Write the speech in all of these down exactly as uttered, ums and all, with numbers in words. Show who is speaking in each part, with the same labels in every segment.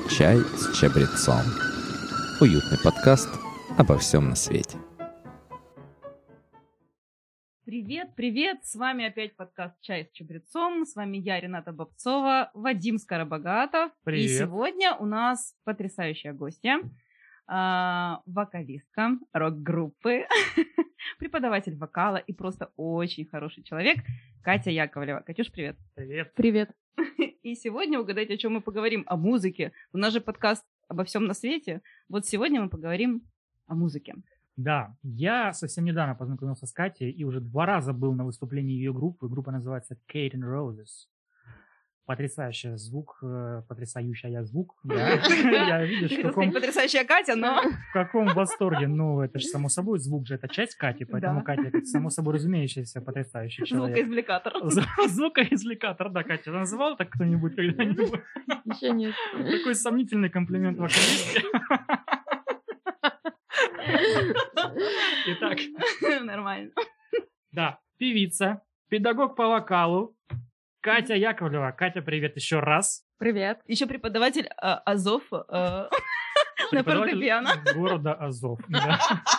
Speaker 1: Чай с чабрецом. Уютный подкаст обо всем на свете.
Speaker 2: Привет, привет! С вами опять подкаст «Чай с чабрецом». С вами я, Рената Бобцова, Вадим Скоробогатов.
Speaker 3: Привет.
Speaker 2: И сегодня у нас потрясающая гостья, э, вокалистка рок-группы, преподаватель вокала и просто очень хороший человек Катя Яковлева. Катюш, привет!
Speaker 3: Привет!
Speaker 4: Привет!
Speaker 2: И сегодня, угадайте, о чем мы поговорим? О музыке. У нас же подкаст обо всем на свете. Вот сегодня мы поговорим о музыке.
Speaker 3: Да, я совсем недавно познакомился с Катей и уже два раза был на выступлении ее группы. Группа называется Kate and Roses. Потрясающий звук, потрясающая звук. Я видишь, в каком...
Speaker 2: Потрясающая Катя, но...
Speaker 3: В каком восторге. Ну, это же само собой, звук же это часть Кати, поэтому Катя, как само собой разумеющийся, потрясающий человек.
Speaker 2: Звукоизвлекатор.
Speaker 3: Звукоизвлекатор, да, Катя. Называл так кто-нибудь когда-нибудь?
Speaker 4: Еще нет.
Speaker 3: Такой сомнительный комплимент вокалистке. Итак.
Speaker 2: Нормально.
Speaker 3: Да, певица, педагог по вокалу, Катя Яковлева. Катя, привет еще раз.
Speaker 4: Привет.
Speaker 2: Еще преподаватель э, Азов э, на фортепиано.
Speaker 3: Города Азов. Да.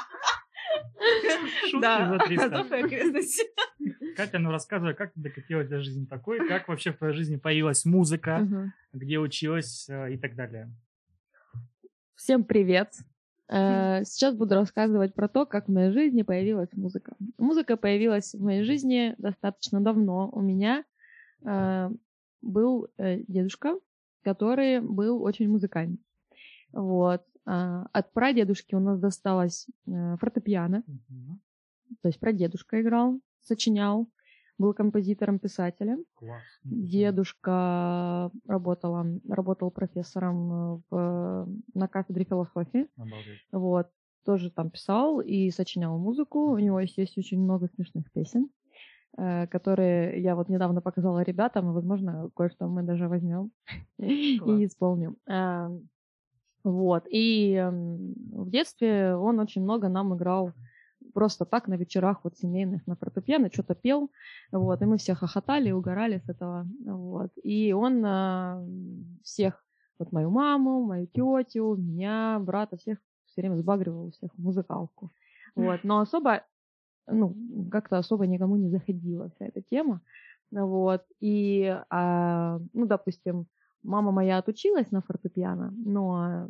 Speaker 3: Шутки
Speaker 2: Да,
Speaker 3: за триста.
Speaker 2: Азов и окрестности.
Speaker 3: Катя, ну рассказывай, как ты докатилась до жизни такой, как вообще в твоей жизни появилась музыка,
Speaker 4: Угу.
Speaker 3: где училась э, и так далее.
Speaker 4: Всем привет. Э, Сейчас буду рассказывать про то, как в моей жизни появилась музыка. Музыка появилась в моей жизни достаточно давно. У меня э, был э, дедушка, который был очень музыкальный. Вот. А от прадедушки у нас досталось э, фортепиано.
Speaker 3: Мгм.
Speaker 4: То есть прадедушка играл, сочинял, был композитором-писателем.
Speaker 3: Класс.
Speaker 4: Дедушка работала, работал профессором в, на кафедре философии.
Speaker 3: Обалдеть.
Speaker 4: Вот. Тоже там писал и сочинял музыку. У него есть, есть очень много смешных песен, э, которые я вот недавно показала ребятам, и, возможно, кое-что мы даже возьмем и исполним. Э, Вот. И эм, в детстве он очень много нам играл просто так на вечерах вот семейных на фортепиано, что-то пел, вот, и мы все хохотали и угорали с этого, вот. И он э, всех, вот мою маму, мою тетю, меня, брата, всех все время сбагривал, всех в музыкалку, вот. Но особо, ну, как-то особо никому не заходила вся эта тема, вот. И, а, ну, допустим, мама моя отучилась на фортепиано, но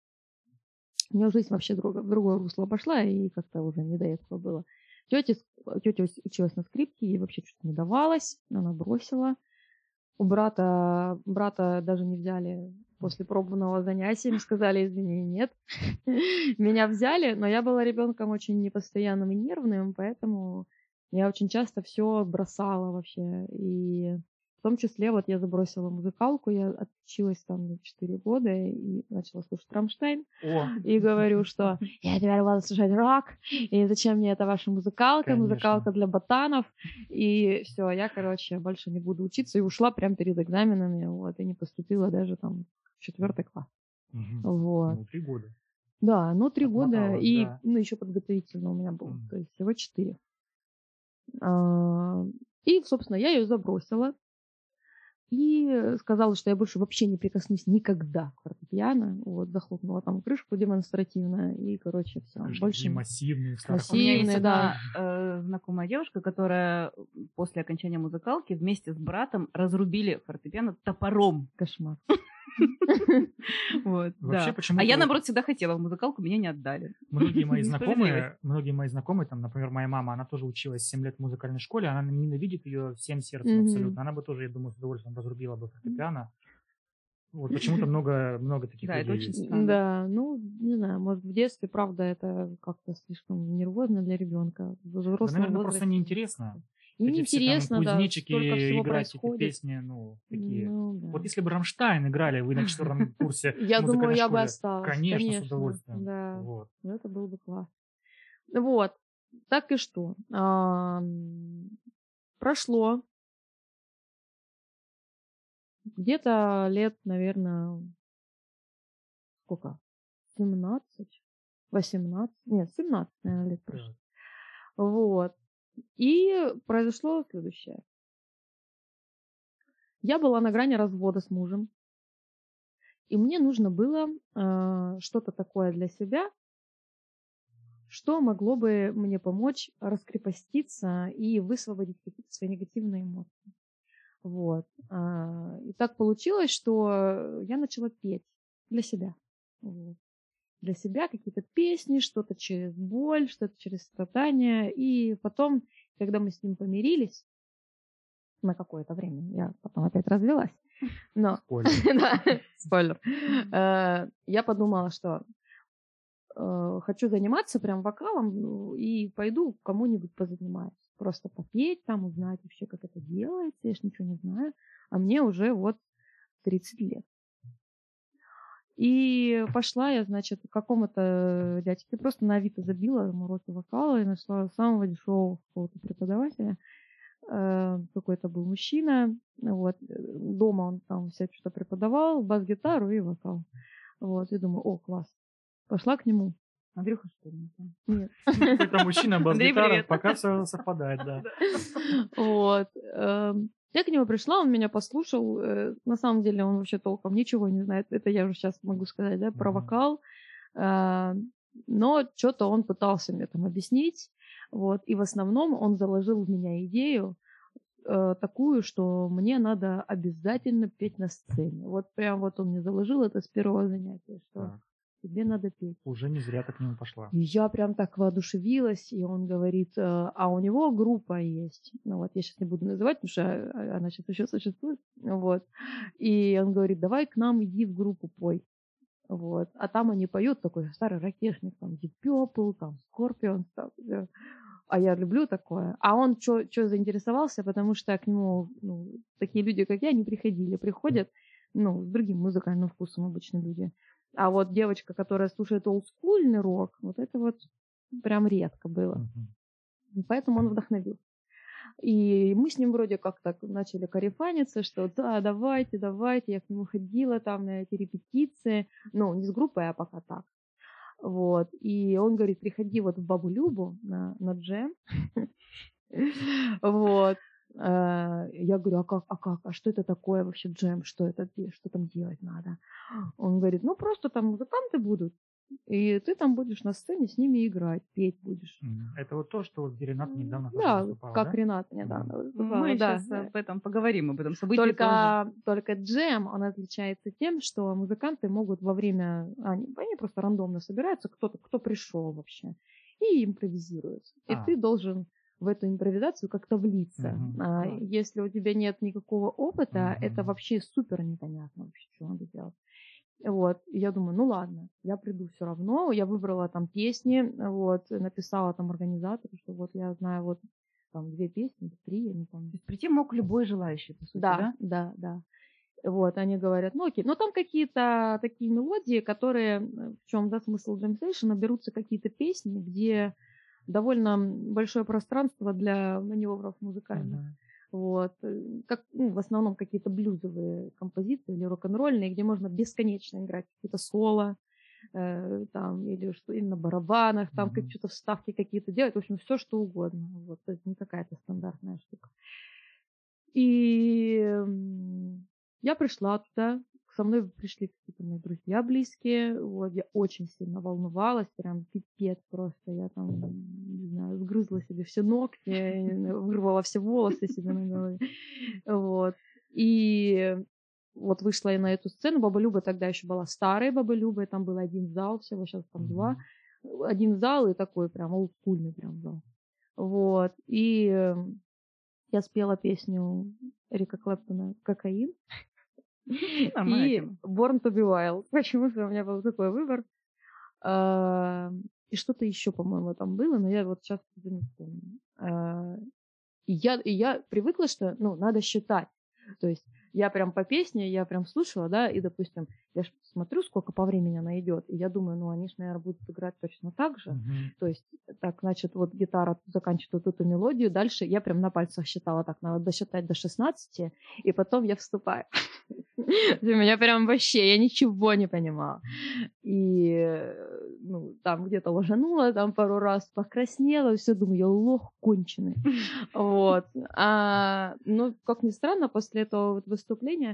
Speaker 4: у нее жизнь вообще друг, в другое русло пошла, и как-то уже не до этого было. Тетя, тетя училась на скрипке, ей вообще что-то не давалось, она бросила. У брата, брата даже не взяли после пробного занятия, им сказали, извини, нет. Меня взяли, но я была ребенком очень непостоянным и нервным, поэтому я очень часто все бросала вообще. И в том числе вот я забросила музыкалку, я отучилась там на четыре года и начала слушать «Рамштайн».
Speaker 3: О,
Speaker 4: И говорю, что я теперь буду слушать рок, и зачем мне эта ваша музыкалка,
Speaker 3: Конечно.
Speaker 4: музыкалка для ботанов. И все, я, короче, больше не буду учиться. И ушла прямо перед экзаменами, вот, и не поступила даже там в четвертый класс.
Speaker 3: мгм.
Speaker 4: Вот.
Speaker 3: Ну, три года.
Speaker 4: Да, ну три года,
Speaker 3: Отмоталась,
Speaker 4: и
Speaker 3: да.
Speaker 4: ну, еще подготовительно у меня был,
Speaker 3: Мгм.
Speaker 4: то есть всего четыре. А, И, собственно, я ее забросила. И сказала, что я больше вообще не прикоснусь никогда к фортепиано. Вот, захлопнула там крышку демонстративно. И, короче, все.
Speaker 3: Крышки
Speaker 4: Больше...
Speaker 3: такие массивные. в старых
Speaker 2: У меня есть
Speaker 4: Массивные, да.
Speaker 2: одна э, знакомая девушка, которая после окончания музыкалки вместе с братом разрубили фортепиано топором.
Speaker 4: Кошмар.
Speaker 2: Вот,
Speaker 3: Вообще,
Speaker 2: да.
Speaker 3: почему-то
Speaker 2: А я,
Speaker 3: вот-
Speaker 2: наоборот, всегда хотела в музыкалку, меня не отдали.
Speaker 3: Многие мои
Speaker 2: Несправедливость.
Speaker 3: знакомые, многие мои знакомые, там, например, моя мама, она тоже училась семь лет в музыкальной школе, она ненавидит ее всем сердцем
Speaker 4: Мгм.
Speaker 3: абсолютно. Она бы тоже, я думаю, с удовольствием разрубила бы фортепиано. Вот почему-то много, много таких
Speaker 2: Да, это
Speaker 3: людей
Speaker 2: очень
Speaker 3: есть.
Speaker 2: странно.
Speaker 4: Да, ну, не знаю, может, в детстве, правда, это как-то слишком нервозно для ребенка. В
Speaker 3: Да,
Speaker 4: взрослом
Speaker 3: наверное, просто
Speaker 4: возрасте
Speaker 3: неинтересно.
Speaker 4: И
Speaker 3: Эти все там
Speaker 4: неинтересно, да,
Speaker 3: кузнечики
Speaker 4: столько всего
Speaker 3: играть эти
Speaker 4: происходит.
Speaker 3: песни, ну, такие.
Speaker 4: Ну, да.
Speaker 3: Вот если бы Рамштайн играли, вы на четвертом курсе
Speaker 4: Я думаю,
Speaker 3: музыкальной
Speaker 4: я бы
Speaker 3: школе,
Speaker 4: осталась.
Speaker 3: конечно, с удовольствием.
Speaker 4: Да,
Speaker 3: Вот.
Speaker 4: ну, это было бы классно. Вот, так и что. Ам, Прошло где-то лет, наверное, сколько? семнадцать, восемнадцать, нет, семнадцать, наверное, лет прошло.
Speaker 3: Так.
Speaker 4: Вот. И произошло следующее. Я была на грани развода с мужем. И мне нужно было э, что-то такое для себя, что могло бы мне помочь раскрепоститься и высвободить какие-то свои негативные эмоции. Вот. А, и так получилось, что я начала петь для себя. Вот. Для себя какие-то песни, что-то через боль, что-то через страдания. И потом, когда мы с ним помирились, на какое-то время, я потом опять развелась, но...
Speaker 3: Спойлер.
Speaker 4: Да, спойлер. Э, Я подумала, что э, хочу заниматься прям вокалом, ну, и пойду кому-нибудь позанимаюсь. Просто попеть там, узнать вообще, как это делается, я ж ничего не знаю. А мне уже вот тридцать лет. И пошла я, значит, к какому-то дядьке, просто на Авито забила ему уроки вокала и нашла самого дешевого какого-то преподавателя. Э, Какой-то был мужчина. Вот. Дома он там все что-то преподавал, бас-гитару и вокал. Вот. И думаю, о, класс. Пошла к нему.
Speaker 2: Андрюха, что ли?
Speaker 4: Нет.
Speaker 3: Это мужчина,
Speaker 2: Андрей,
Speaker 3: бас-гитара,
Speaker 2: привет.
Speaker 3: пока все совпадает, да.
Speaker 4: Вот. эм, Я к нему пришла, он меня послушал. э, На самом деле он вообще толком ничего не знает. Это я уже сейчас могу сказать, да, про
Speaker 3: Мгм.
Speaker 4: вокал. Э, Но что-то он пытался мне там объяснить. Вот. И в основном он заложил в меня идею э, такую, что мне надо обязательно петь на сцене. Вот прям вот он мне заложил это с первого занятия, что
Speaker 3: Так,
Speaker 4: тебе надо петь.
Speaker 3: уже не зря ты к нему пошла.
Speaker 4: И я прям так воодушевилась, и он говорит, э, а у него группа есть. Ну вот, я сейчас не буду называть, потому что э, она сейчас еще существует. Вот. И он говорит, давай к нам иди в группу, пой. Вот. А там они поют, такой старый ракешник, там Deep Purple, там Scorpions, там, всё. А я люблю такое. А он что заинтересовался, потому что к нему ну, такие люди, как я, не приходили. Приходят, ну, с другим музыкальным вкусом обычно люди. А вот девочка, которая слушает олдскульный рок, вот это вот прям редко было.
Speaker 3: Мгм.
Speaker 4: И поэтому он вдохновился. И мы с ним вроде как так начали корефаниться, что да, давайте, давайте. Я к нему ходила там на эти репетиции. Ну, не с группой, а пока так. Вот. И он говорит, приходи вот в Бабу Любу на, на джем. Вот. Э, Я говорю, а как, а как, а что это такое вообще джем, что это, де- что там делать надо? Он говорит, ну просто там музыканты будут, и ты там будешь на сцене с ними играть, петь будешь.
Speaker 3: Мгм. Это вот то, что вот где Рената недавно тоже
Speaker 4: Да,
Speaker 3: выступала,
Speaker 4: как
Speaker 3: да?
Speaker 4: Рената недавно выступала.
Speaker 2: Мы
Speaker 4: да.
Speaker 2: сейчас об этом поговорим, об этом событии
Speaker 4: Только,
Speaker 2: тоже.
Speaker 4: только джем, он отличается тем, что музыканты могут во время... Они, они просто рандомно собираются, кто-то, кто пришел вообще, и импровизируют. И
Speaker 3: А.
Speaker 4: ты должен в эту импровизацию как-то влиться.
Speaker 3: Мгм.
Speaker 4: А
Speaker 2: Класс.
Speaker 4: если у тебя нет никакого опыта,
Speaker 3: Мгм.
Speaker 4: это вообще супер непонятно вообще, что надо делать. Вот, и я думаю, ну ладно, я приду все равно. Я выбрала там песни, вот, написала там организатору, что вот я знаю вот там две песни, три, я не помню.
Speaker 2: То есть прийти мог любой желающий, по сути,
Speaker 4: Да,
Speaker 2: да?
Speaker 4: да, да. Вот, они говорят, ну окей, но там какие-то такие мелодии, которые, э, в чем, да, смысл джемсейшена, берутся какие-то песни, где довольно большое пространство для маневров музыкальных.
Speaker 3: Мгм.
Speaker 4: Вот, э, как, ну, в основном какие-то блюзовые композиции или рок-н-ролльные, где можно бесконечно играть какие-то соло, э, там, или что, или на барабанах, там
Speaker 3: Мгм.
Speaker 4: как что-то вставки какие-то делать, в общем, все что угодно. Вот, то есть не какая-то стандартная штука. И м, я пришла туда, со мной пришли какие-то мои друзья близкие, вот, я очень сильно волновалась, прям пипец просто, я там, не знаю, сгрызла себе все ногти, я не знаю, вырвала все волосы себе на голове, вот, и вот вышла я на эту сцену, Баба Люба тогда еще была старой Баба Любой, там был один зал всего, сейчас там два, один зал и такой прям олдскульный прям зал, вот, и эм, я спела песню Эрика Клэптона «Кокаин»
Speaker 2: Нормальная
Speaker 4: и
Speaker 2: тема.
Speaker 4: «Born to be Wild». Почему-то у меня был такой выбор. А, И что-то еще, по-моему, там было, но я вот сейчас уже не помню. А, И я, и я привыкла, что, ну, надо считать. То есть я прям по песне, я прям слушала, да, и, допустим, я ж смотрю, сколько по времени она идет, и я думаю, ну, они ж, наверное, будут играть точно так же.
Speaker 3: Мгм.
Speaker 4: То есть, так, значит, вот гитара заканчивает вот эту мелодию, дальше я прям на пальцах считала, так, надо досчитать до шестнадцати, и потом я вступаю. У меня прям вообще, я ничего не понимала. И, э, ну, там где-то ложанула, там пару раз покраснела, все, думаю, я лох конченый. Вот. А, ну, как ни странно, после этого вот выступления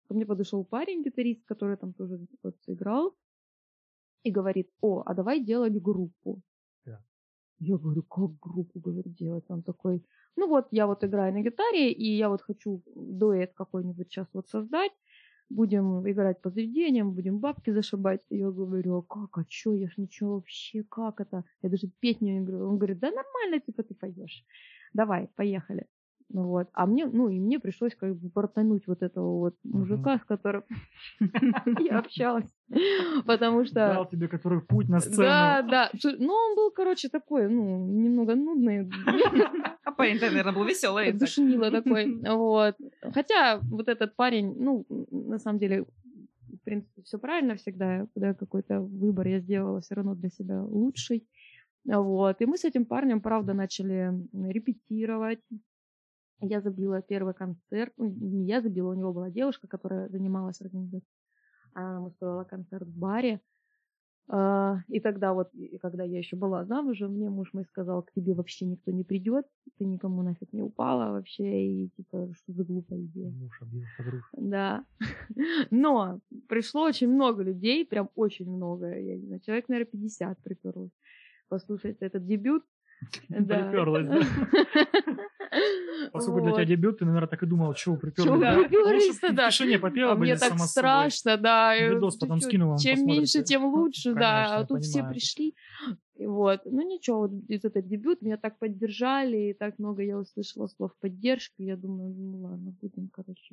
Speaker 4: ко мне подошел парень, гитарист, который там тоже вот играл, и говорит: о, а давай делать группу.
Speaker 3: Да.
Speaker 4: Я говорю: как группу, говорит, делать? Он такой: ну вот, я вот играю на гитаре, и я вот хочу дуэт какой-нибудь сейчас вот создать, будем играть по заведениям, будем бабки зашибать. И я говорю: а как, а чё, я ж ничего вообще, как это? Я даже петь не играю. Он говорит: да нормально, типа, ты поешь. Давай, поехали. Ну вот. А мне, ну и мне пришлось как бы портануть вот этого вот мужика,
Speaker 3: Мгм.
Speaker 4: с которым я общалась. Потому что...
Speaker 3: Дал тебе, который путь на сцену.
Speaker 4: Да, да. Слушай, ну, он был, короче, такой, ну, немного нудный.
Speaker 2: А парень-то, наверное, был веселый. так.
Speaker 4: Душнило такой. Вот. Хотя вот этот парень, ну, на самом деле, в принципе, все правильно всегда. Когда какой-то выбор я сделала все равно для себя лучший. Вот. И мы с этим парнем, правда, начали репетировать. Я забила первый концерт. Ну, не я забила, у него была девушка, которая занималась организацией. Она нам устроила концерт в баре. А, И тогда вот, и когда я еще была замужем, мне муж мой сказал: к тебе вообще никто не придет, ты никому нафиг не упала вообще, и типа, что за глупая идея.
Speaker 3: Муж объявил подруг.
Speaker 4: Да. Но пришло очень много людей, прям очень много. Я не знаю, человек, наверное, пятьдесят приперлось послушать этот дебют. Да.
Speaker 3: Приперлась, да? Поскольку для тебя
Speaker 4: Вот.
Speaker 3: дебют, ты, наверное, так и думал, чего
Speaker 4: Чего
Speaker 3: приперлась. да?
Speaker 4: приперлись-то,
Speaker 3: Лучше в
Speaker 4: да.
Speaker 3: тишине попела
Speaker 4: А
Speaker 3: бы
Speaker 4: мне
Speaker 3: здесь
Speaker 4: так
Speaker 3: сама с собой.
Speaker 4: страшно, да. и
Speaker 3: Видос потом
Speaker 4: чуть-чуть.
Speaker 3: скину вам,
Speaker 4: Чем
Speaker 3: посмотрите.
Speaker 4: меньше, тем лучше, да.
Speaker 3: Конечно,
Speaker 4: А
Speaker 3: я
Speaker 4: тут все
Speaker 3: понимаю.
Speaker 4: пришли. И вот. Ну ничего, вот из этот дебют меня так поддержали, и так много я услышала слов поддержки. Я думаю, ну ладно, будем, короче.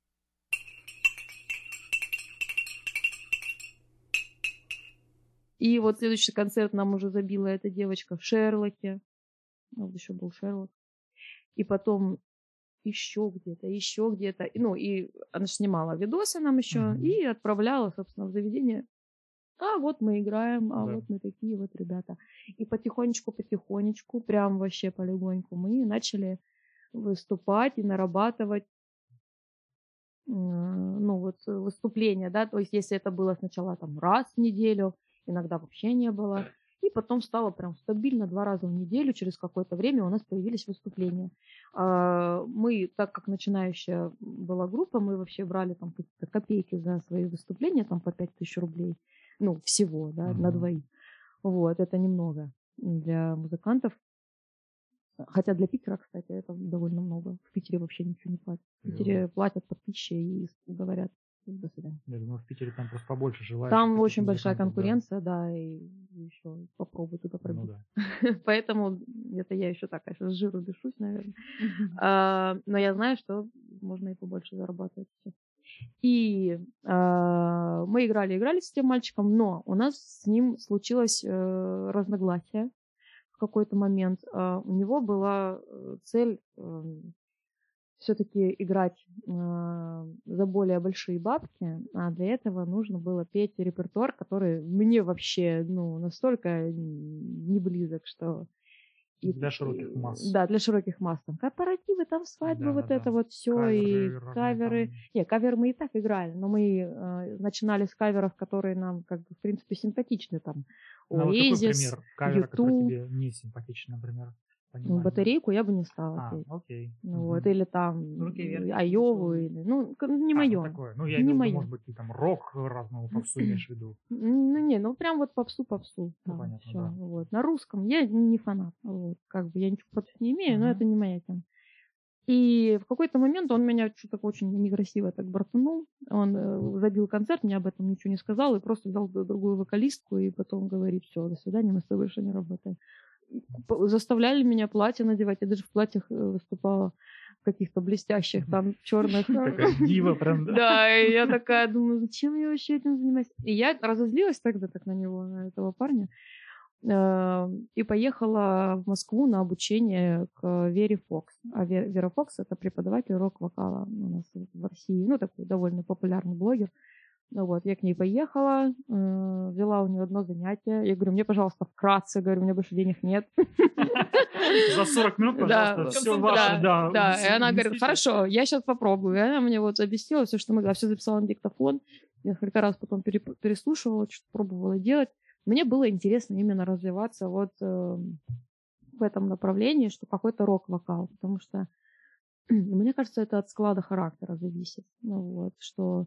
Speaker 4: И вот следующий концерт нам уже забила эта девочка в Шерлоке. Ну, вот еще был Шерлок. И потом еще где-то, еще где-то. И, Ну, и она ж снимала видосы нам еще
Speaker 3: Мгм.
Speaker 4: и отправляла, собственно, в заведение. А вот мы играем, а
Speaker 3: Да.
Speaker 4: вот мы такие вот ребята. И потихонечку-потихонечку, прям вообще полегоньку мы начали выступать и нарабатывать, м, ну, вот э, выступления, да, то есть если это было сначала там раз в неделю, иногда вообще не было, и потом стало прям стабильно два раза в неделю, через какое-то время у нас появились выступления. А, Мы, так как начинающая была группа, мы вообще брали там какие-то копейки за свои выступления, там по пять тысяч рублей, ну, всего, да, на
Speaker 3: Мгм.
Speaker 4: двоих. Вот, это немного для музыкантов. Хотя для Питера, кстати, это довольно много. В Питере вообще ничего не платят. В Питере платят по тысяче и говорят: до свидания.
Speaker 3: Я думаю, в Питере там просто побольше желающих.
Speaker 4: Там
Speaker 3: таких
Speaker 4: очень большая
Speaker 3: музыкантов, да.
Speaker 4: конкуренция, да, и еще попробуй туда
Speaker 3: Ну
Speaker 4: пробить.
Speaker 3: да.
Speaker 4: Поэтому это я еще так, конечно, с жиру дышусь, наверное. А, Но я знаю, что можно и побольше зарабатывать сейчас. И а, мы играли, играли с этим мальчиком, но у нас с ним случилось э, разногласие в какой-то момент. А, У него была э, цель все-таки играть а, за более большие бабки, а для этого нужно было петь репертуар, который мне вообще, ну, настолько не близок, что... и-
Speaker 3: Для широких масс.
Speaker 4: Да, для широких масс. Там корпоративы, там свадьбы,
Speaker 3: Да,
Speaker 4: вот
Speaker 3: да,
Speaker 4: это
Speaker 3: да.
Speaker 4: вот все, и
Speaker 3: Каверы разные
Speaker 4: каверы.
Speaker 3: там.
Speaker 4: Не, кавер мы и так играли, но мы э, начинали с каверов, которые нам, как бы, в принципе, симпатичны. Там
Speaker 3: Ну, а вот какой
Speaker 4: Oasis,
Speaker 3: пример кавера, который
Speaker 4: ютуб.
Speaker 3: тебе не симпатичен, например?
Speaker 4: Ну,
Speaker 3: Понимаю.
Speaker 4: батарейку я бы не стала
Speaker 3: А,
Speaker 4: петь.
Speaker 3: окей.
Speaker 4: Ну,
Speaker 3: Мгм.
Speaker 4: вот, или там
Speaker 2: Руки вверх.
Speaker 4: Айову, или, ну, к- не
Speaker 3: А, ну,
Speaker 4: мое.
Speaker 3: такое. Ну, я
Speaker 4: Не
Speaker 3: имел в виду,
Speaker 4: моё.
Speaker 3: может быть, ты там рок разного попсу имеешь в виду.
Speaker 4: Ну, не, ну, прям вот попсу-попсу.
Speaker 3: Ну,
Speaker 4: там
Speaker 3: понятно,
Speaker 4: всё,
Speaker 3: да.
Speaker 4: вот. На русском я не фанат. Вот. Как бы я ничего против не имею, но
Speaker 3: Мгм.
Speaker 4: это не моя тема. И в какой-то момент он меня что-то очень некрасиво так бортанул. Он э, забил концерт, мне об этом ничего не сказал, и просто взял д- другую вокалистку, и потом говорит: все, до свидания, мы с тобой больше не работаем. П- Заставляли меня платье надевать. Я даже в платьях э, выступала, в каких-то блестящих, там, черных.
Speaker 3: Такая дива прям, да?
Speaker 4: Да, и я такая думаю, зачем я вообще этим занимаюсь? И я разозлилась тогда так на него, на этого парня, э, и поехала в Москву на обучение к Вере Фокс. А Ве- Вера Фокс — это преподаватель рок-вокала у нас в России, ну, такой довольно популярный блогер. Ну вот, я к ней поехала, э, взяла у нее одно занятие. Я говорю: мне, пожалуйста, вкратце, говорю, у меня больше денег нет.
Speaker 3: За сорок минут, пожалуйста,
Speaker 4: Да,
Speaker 3: все
Speaker 2: да,
Speaker 3: ваше, да.
Speaker 4: Да, и она говорит:
Speaker 3: вместите.
Speaker 4: хорошо, я сейчас попробую. И она мне вот объяснила все, что могла. Все записала на диктофон. Несколько раз потом переп- переслушивала, что-то пробовала делать. Мне было интересно именно развиваться вот э, в этом направлении, что какой-то рок-вокал. Потому что Мне кажется, это от склада характера зависит. Ну, вот, что...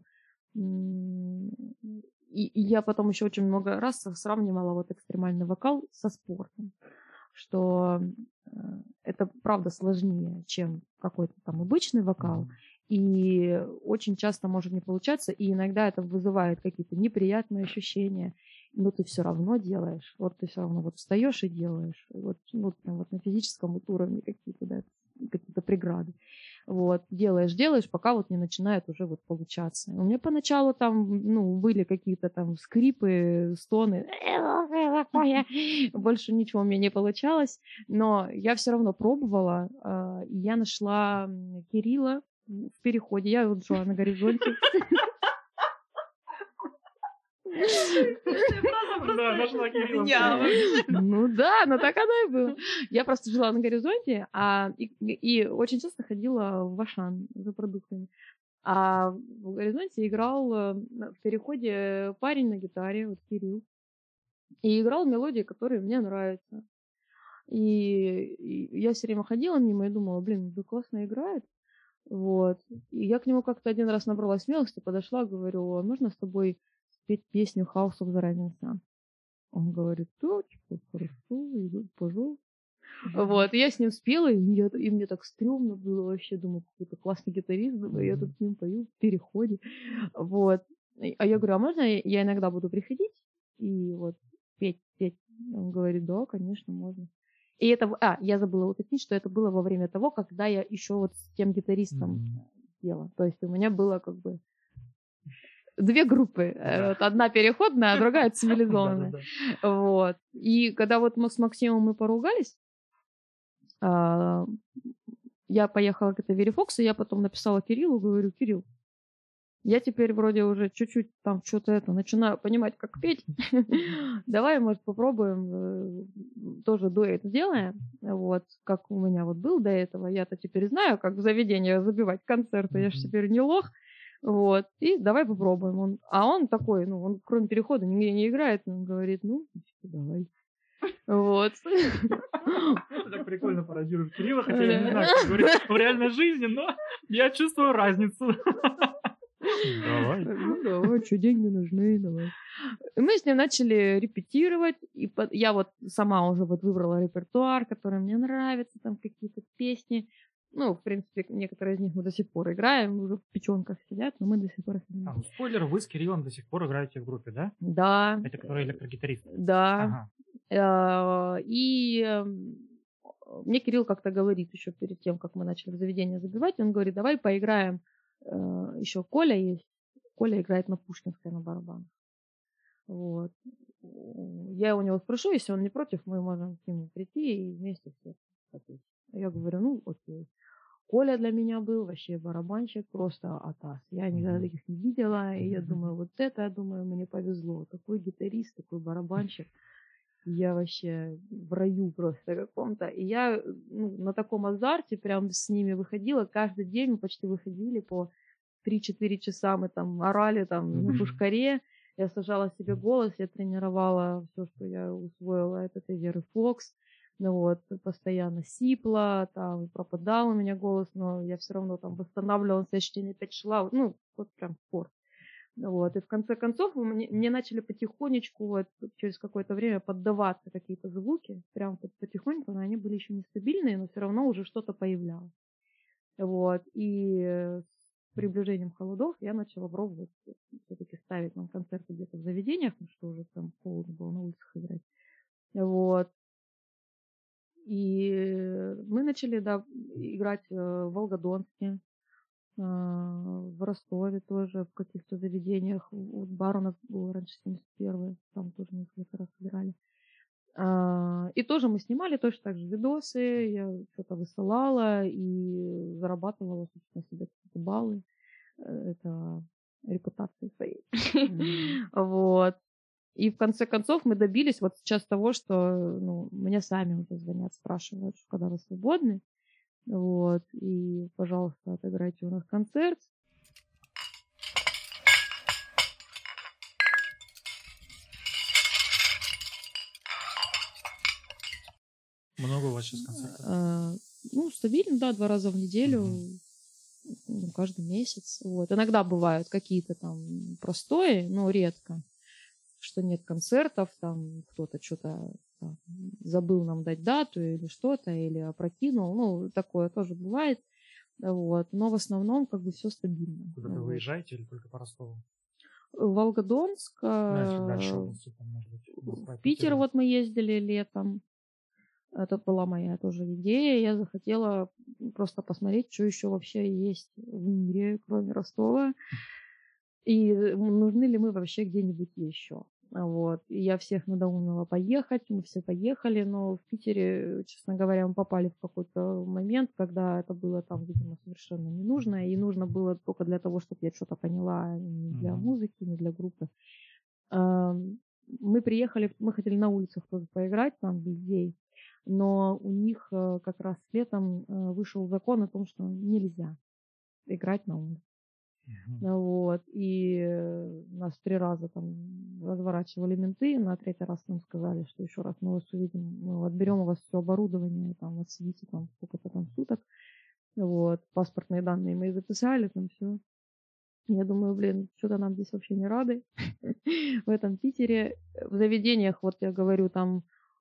Speaker 4: И, и я потом еще очень много раз сравнивала вот экстремальный вокал со спортом, что это правда сложнее, чем какой-то там обычный вокал, и очень часто может не получаться, и иногда это вызывает какие-то неприятные ощущения, но ты все равно делаешь, вот ты все равно вот встаешь и делаешь, вот, ну, прям вот на физическом вот уровне какие-то, да, какие-то преграды. Вот, делаешь, делаешь, пока вот не начинает уже вот получаться. У меня поначалу там, ну, были какие-то там скрипы, стоны, больше ничего у меня не получалось, но я все равно пробовала, и я нашла Кирилла в переходе, я вот жила на горизонте.
Speaker 3: Да, нашла Кирилла.
Speaker 4: Ну да, но так оно и было. Я просто жила на горизонте, а и, и очень часто ходила в Ашан за продуктами. А в горизонте играл в переходе парень на гитаре, вот Кирилл. И играл мелодии, которые мне нравятся. И, и я все время ходила мимо и думала, блин, да классно играет. Вот. И я к нему как-то один раз набрала смелости, подошла, говорю, а можно с тобой спеть песню House of the Rising Sun? Он говорит, да, типа, хорошо, и говорю, пожалуйста. Вот, и я с ним спела, и, я, и мне так стрёмно было вообще, думаю, какой-то классный гитарист, думаю, я тут с ним пою в переходе. Вот. А я говорю, а можно я иногда буду приходить и вот петь, петь? Он говорит, да, конечно, можно. И это, а, я забыла уточнить, что это было во время того, когда я еще вот с тем гитаристом mm-hmm. пела. То есть у меня было как бы две группы. Да. Вот одна переходная, а другая цивилизованная. Вот. И когда вот мы с Максимом мы поругались, я поехала к этой Вере Фокс, и я потом написала Кириллу, говорю, Кирилл, я теперь вроде уже чуть-чуть там что-то это начинаю понимать, как петь. Давай, может, попробуем тоже дуэт сделаем. Вот, как у меня вот был до этого. Я-то теперь знаю, как в заведениях забивать концерты. Я же теперь не лох. Вот, и давай попробуем. Он, а он такой, ну, он кроме перехода нигде не играет. Он говорит, ну, давай. Вот.
Speaker 3: Так прикольно пародируешь Кирилла, хотя я не знаю, как говорить в реальной жизни, но я чувствую разницу.
Speaker 1: Давай.
Speaker 4: Ну, давай, что, деньги нужны, давай. И мы с ним начали репетировать, и под... я вот сама уже вот выбрала репертуар, который мне нравится, там какие-то песни. Ну, в принципе, некоторые из них мы до сих пор играем, уже в печенках сидят, но мы до сих пор их играем.
Speaker 3: А, ну, спойлер, вы с Кириллом до сих пор играете в группе, да?
Speaker 4: Да.
Speaker 3: Это который электрогитарист?
Speaker 4: Да. Ага. И мне Кирилл как-то говорит еще перед тем, как мы начали в заведение забивать, он говорит, давай поиграем. Еще Коля есть. Коля играет на Пушкинской на барабанах. Вот. Я у него спрошу, если он не против, мы можем к нему прийти и вместе все попеть. Я говорю, ну окей. Коля для меня был вообще барабанщик, просто атас. Я никогда таких не видела, и я думаю, вот это, я думаю, мне повезло. Такой гитарист, такой барабанщик. Я вообще в раю просто каком-то. И я ну, на таком азарте прям с ними выходила. Каждый день мы почти выходили по три-четыре часа. Мы там орали там на пушкаре. Я сажала себе голос, я тренировала все, что я усвоила от этой Веры Фокс. Ну вот, постоянно сипла, там пропадал у меня голос, но я все равно там восстанавливалась, я чуть ли не опять шла. Ну, вот прям спорт. Вот. И в конце концов мне, мне начали потихонечку, вот, через какое-то время поддаваться какие-то звуки, прям потихоньку, но они были еще нестабильные, но все равно уже что-то появлялось. Вот. И с приближением холодов я начала пробовать все-таки ставить нам концерты где-то в заведениях, потому что уже там холодно было на улицах играть. Вот. И мы начали, да, играть в Волгодонске, в Ростове тоже, в каких-то заведениях. Вот бар у нас был раньше семьдесят первый, там тоже несколько раз играли. И тоже мы снимали точно так же видосы, я что-то высылала и зарабатывала, собственно, себе какие-то баллы. Это репутации своей. Mm-hmm. Вот. И в конце концов мы добились вот сейчас того, что ну, мне сами уже звонят, спрашивают, что когда вы свободны. Вот, и, пожалуйста, отыграйте у нас концерт.
Speaker 3: Много у вас сейчас концертов?
Speaker 4: А, ну, Ну, стабильно, да, два раза в неделю, mm-hmm. ну, каждый месяц. Вот. Иногда бывают какие-то там простои, но редко, что нет концертов, там кто-то что-то там, забыл нам дать дату или что-то, или опрокинул. Ну, такое тоже бывает. Вот. Но в основном как бы все стабильно.
Speaker 3: Куда-то
Speaker 4: вот.
Speaker 3: выезжаете или только по Ростову?
Speaker 4: Волгодонск,
Speaker 3: Дальше, дальше области, там, может быть,
Speaker 4: в Питер вот мы ездили летом. Это была моя тоже идея. Я захотела просто посмотреть, что еще вообще есть в мире, кроме Ростова. И нужны ли мы вообще где-нибудь еще. Вот. И я всех надоумила поехать, мы все поехали, но в Питере, честно говоря, мы попали в какой-то момент, когда это было там, видимо, совершенно не нужно, и нужно было только для того, чтобы я что-то поняла, не для mm-hmm. музыки, не для группы. Мы приехали, мы хотели на улицах тоже поиграть, там, для людей, но у них как раз летом вышел закон о том, что нельзя играть на улице. Uh-huh. Вот. И нас три раза там разворачивали менты, на третий раз нам сказали, что еще раз мы вас увидим, мы отберем у вас все оборудование, там, отсидите там сколько-то там суток. Вот. Паспортные данные мы записали, там все. Я думаю, блин, что-то нам здесь вообще не рады. В этом Питере в заведениях, вот я говорю, там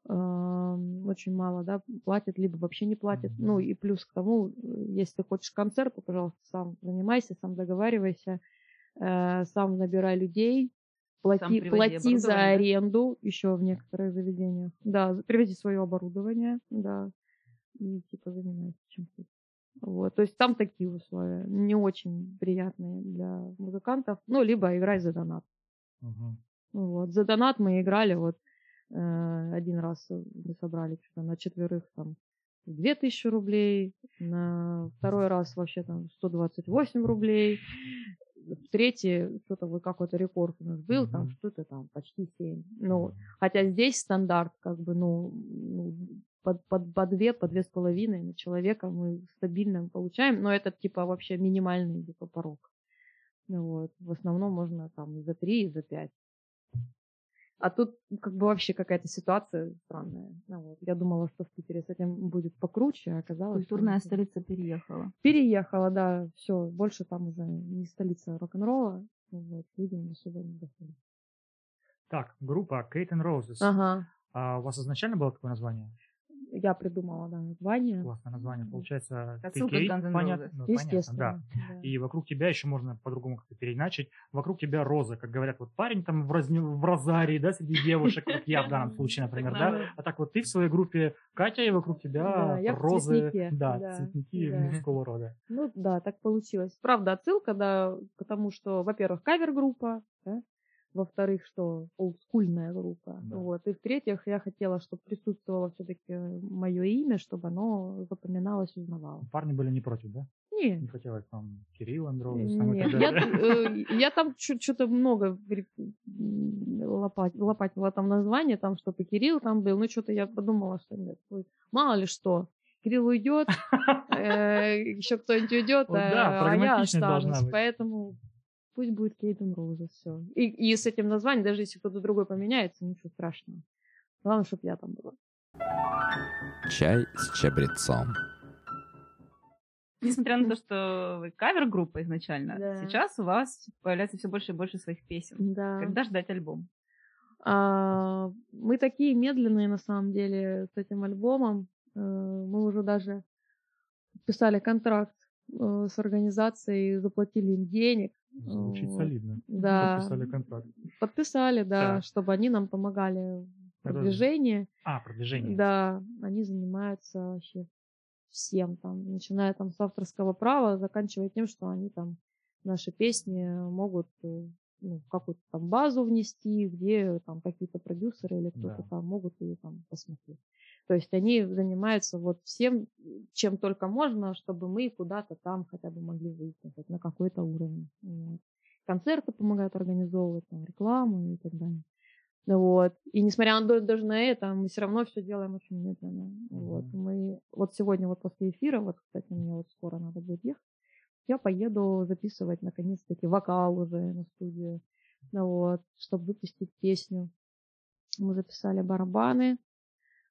Speaker 4: очень мало, да, платят, либо вообще не платят. Mm-hmm. Ну и плюс к тому, если ты хочешь концерт, то, пожалуйста, сам занимайся, сам договаривайся, э, сам набирай людей, плати, плати за аренду, да? Еще в некоторых заведениях. Да, привези свое оборудование, да, и типа занимайся чем хочешь. Вот, то есть там такие условия, не очень приятные для музыкантов, ну, либо играй за донат. Mm-hmm. Вот, за донат мы играли, вот, один раз мы собрали что-то на четверых там две тысячи рублей, на второй раз вообще там сто двадцать восемь рублей, в третий что-то вот какой-то рекорд у нас был, mm-hmm. там что-то там почти семь. Ну, хотя здесь стандарт как бы, ну, по, по, по две, по две с половиной на человека мы стабильно получаем, но это типа вообще минимальный типа порог. Ну, вот. В основном можно там и за три, и за пять. А тут как бы вообще какая-то ситуация странная. Ну, вот. Я думала, что в Питере с этим будет покруче, а оказалось...
Speaker 2: Культурная
Speaker 4: что...
Speaker 2: столица переехала.
Speaker 4: Переехала, да, все, больше там уже не столица рок-н-ролла. Вот, видимо, особо не доходит.
Speaker 3: Так, группа Kate and Roses.
Speaker 4: Ага.
Speaker 3: А у вас изначально было такое название?
Speaker 4: Я придумала, да, название.
Speaker 3: Классное название. Получается,
Speaker 2: ты Кейт, понятно,
Speaker 3: ну,
Speaker 4: естественно.
Speaker 3: Понятно, да. Да. И вокруг тебя еще можно по-другому как-то переиначить. Вокруг тебя роза, как говорят, вот парень там в, разне... в розарии, да, среди девушек, как я в данном случае, например, да. А так вот ты в своей группе Катя, и вокруг тебя розы, да, цветники мужского рода.
Speaker 4: Ну да, так получилось. Правда, отсылка, да, к тому, что, во-первых, кавер-группа, да, во-вторых, что олдскульная группа. Да. Вот. И в-третьих, я хотела, чтобы присутствовало все-таки мое имя, чтобы оно запоминалось, узнавалось.
Speaker 3: Парни были не против, да?
Speaker 4: Нет.
Speaker 3: Не хотелось там Кирилл, Андрей,
Speaker 4: Нет, я, э, я там что-то много лопать, лопатила там название, там, чтобы Кирилл там был. Ну, что-то я подумала, что нет. Мало ли что. Кирилл уйдет, еще кто-нибудь уйдет, а я останусь. Поэтому... Пусть будет Kate and Roses, все. И, и с этим названием, даже если кто-то другой поменяется, ничего страшного. Главное, чтобы я там была.
Speaker 1: Чай с чабрецом.
Speaker 2: Несмотря на то, что вы кавер-группа изначально, да. Сейчас у вас появляется все больше и больше своих песен.
Speaker 4: Да.
Speaker 2: Когда ждать альбом?
Speaker 4: А, мы такие медленные, на самом деле, с этим альбомом. Мы уже даже подписали контракт с организацией, заплатили им денег.
Speaker 3: Звучит вот. Солидно.
Speaker 4: Да.
Speaker 3: Подписали контракт.
Speaker 4: Подписали, да, да, чтобы они нам помогали в продвижении.
Speaker 3: А, продвижение.
Speaker 4: Да, они занимаются вообще всем там, начиная там с авторского права, заканчивая тем, что они там наши песни могут ну, в какую-то там базу внести, где там какие-то продюсеры или кто-то да. там могут ее там посмотреть. То есть они занимаются вот всем, чем только можно, чтобы мы куда-то там хотя бы могли выйти, хоть на какой-то уровень. Вот. Концерты помогают организовывать, там, рекламу и так далее. Вот. И несмотря на даже на это, мы все равно все делаем очень медленно. Mm-hmm. Вот. Мы вот сегодня вот после эфира, вот, кстати, мне вот скоро надо будет ехать, я поеду записывать наконец-таки вокал уже на студию, вот, чтобы выпустить песню. Мы записали барабаны.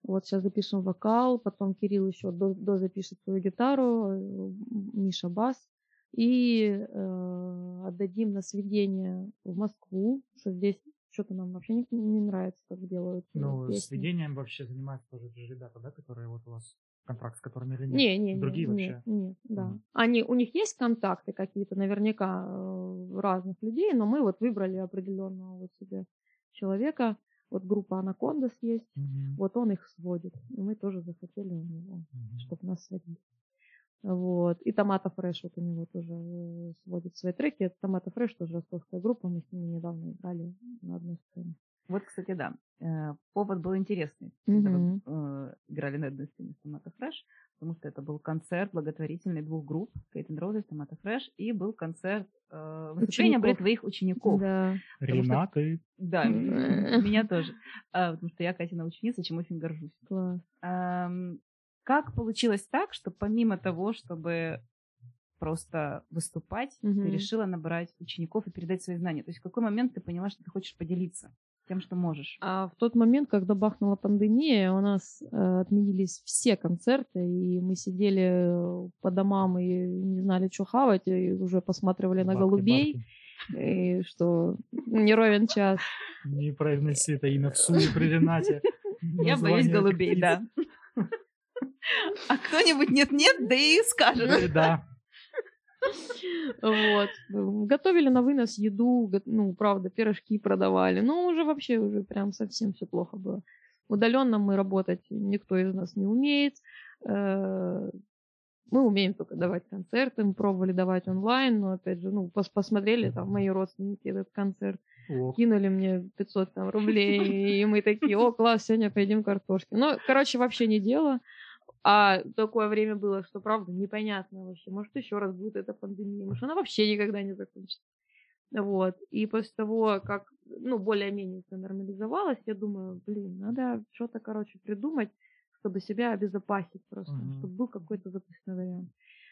Speaker 4: Вот сейчас запишем вокал, потом Кирилл еще до, до запишет свою гитару, Миша бас. И э, отдадим на сведение в Москву, что здесь что-то нам вообще не, не нравится, как делают
Speaker 3: Ну,
Speaker 4: песни.
Speaker 3: сведением вообще занимаются тоже ребята, да, которые вот у вас контракт с которыми или нет?
Speaker 4: Не, не,
Speaker 3: Другие
Speaker 4: не,
Speaker 3: вообще?
Speaker 4: Нет, нет, да.
Speaker 3: Мгм.
Speaker 4: Они, у них есть контакты какие-то, наверняка, э, разных людей, но мы вот выбрали определенного вот себе человека. Вот группа Анакондас есть,
Speaker 3: Мгм.
Speaker 4: вот он их сводит. И мы тоже захотели у него,
Speaker 3: Мгм.
Speaker 4: чтобы нас сводили. Вот. И Томато Фреш вот у него тоже э, сводит свои треки. Это Томато Фреш тоже ростовская группа, мы с ними недавно играли на одной сцене.
Speaker 2: Вот, кстати, да, э, повод был интересный, когда вы
Speaker 4: Мгм.
Speaker 2: э, играли на одной сцене с Tomato Fresh, потому что это был концерт благотворительный двух групп, Kate and Roses, Tomato Fresh, и был концерт, э, выступление были
Speaker 4: Учеников.
Speaker 2: твоих учеников.
Speaker 4: Да.
Speaker 2: Потому что-
Speaker 3: Ренаты.
Speaker 2: Да, м- меня тоже. А, Потому что я Катина ученица, чем очень горжусь.
Speaker 4: Класс.
Speaker 2: Ам, Как получилось так, что помимо того, чтобы просто выступать,
Speaker 4: Мгм.
Speaker 2: ты решила набрать учеников и передать свои знания? То есть в какой момент ты поняла, что ты хочешь поделиться тем, что можешь?
Speaker 4: А в тот момент, когда бахнула пандемия, у нас э, отменились все концерты, и мы сидели э, по домам и не знали, что хавать, и уже посматривали на
Speaker 3: Бабки,
Speaker 4: голубей,
Speaker 3: бабки.
Speaker 4: и что не ровен час.
Speaker 3: Не произноси это имя в суе при Ренате.
Speaker 2: Я боюсь
Speaker 3: Название этих
Speaker 2: голубей,
Speaker 3: птиц.
Speaker 2: да. А кто-нибудь нет-нет, да и скажет.
Speaker 3: Э, Да.
Speaker 4: Вот. Готовили на вынос еду, го- ну, правда, пирожки продавали. Ну, уже вообще, уже прям совсем все плохо было. Удаленно мы работать никто из нас не умеет. Э, Мы умеем только давать концерты, мы пробовали давать онлайн, но, опять же, ну, пос- посмотрели там мои родственники этот концерт,
Speaker 3: Ок.
Speaker 4: кинули мне пятьсот там, рублей, и мы такие: о, класс, сегодня поедим картошки. Ну, короче, вообще не дело. А такое время было, что, правда, непонятно вообще. Может, еще раз будет эта пандемия, может, она вообще никогда не закончится. Вот. И после того, как, ну, более-менее это нормализовалось, я думаю, блин, надо что-то, короче, придумать, чтобы себя обезопасить просто,
Speaker 3: Мгм.
Speaker 4: чтобы был какой-то запасной вариант.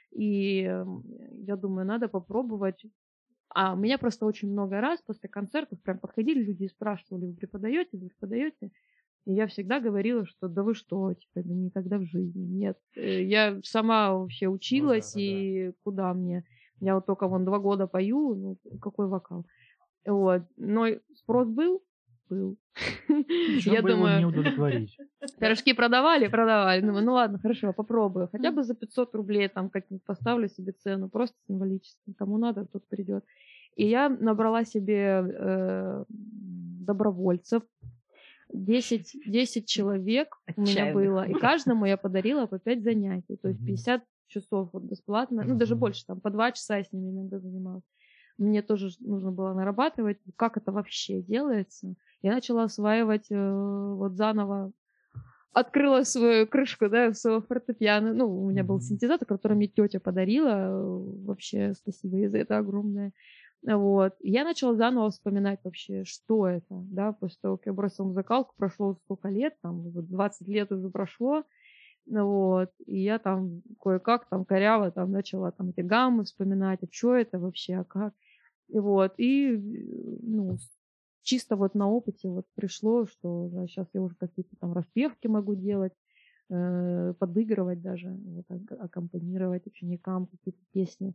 Speaker 4: И эм, я думаю, надо попробовать. А у меня просто очень много раз после концертов прям подходили люди и спрашивали: вы преподаете, вы преподаете? И я всегда говорила, что да вы что, типа, да никогда в жизни, нет. Э, Я сама вообще училась,
Speaker 3: да, да, да.
Speaker 4: и куда мне? Я вот только вон два года пою, ну какой вокал. Вот. Но спрос был? Был.
Speaker 3: Почему
Speaker 4: Я
Speaker 3: бы его не
Speaker 4: думаю,
Speaker 3: удовлетворить?
Speaker 4: пирожки продавали? Продавали. Думаю, ну ладно, хорошо, попробую. Хотя бы за пятьсот рублей там как-нибудь поставлю себе цену, просто символически. Кому надо, тот придет. И я набрала себе э, добровольцев. десять, десять человек у меня
Speaker 2: Отчаянных.
Speaker 4: было. И каждому я подарила по пять занятий. То есть
Speaker 3: Мгм.
Speaker 4: пятьдесят часов вот бесплатно. Ну, даже
Speaker 3: Мгм.
Speaker 4: больше, там, по два часа я с ними иногда занималась. Мне тоже ж нужно было нарабатывать, как это вообще делается. Я начала осваивать э, вот заново. Открыла свою крышку, да, своего фортепиано. Ну, у меня был
Speaker 3: Мгм.
Speaker 4: синтезатор, который мне тетя подарила. э, Вообще, спасибо ей за это огромное. Вот. И я начала заново вспоминать вообще, что это, да, после того, как я бросила музыкалку, прошло сколько лет, там, уже двадцать лет уже прошло, ну вот, и я там кое-как там коряво там начала там эти гаммы вспоминать, а что это вообще, а как, и вот, и, ну, с- чисто вот на опыте вот пришло, что сейчас я уже какие-то там распевки могу делать, э, подыгрывать даже, вот, ак- аккомпанировать ученикам какие-то песни.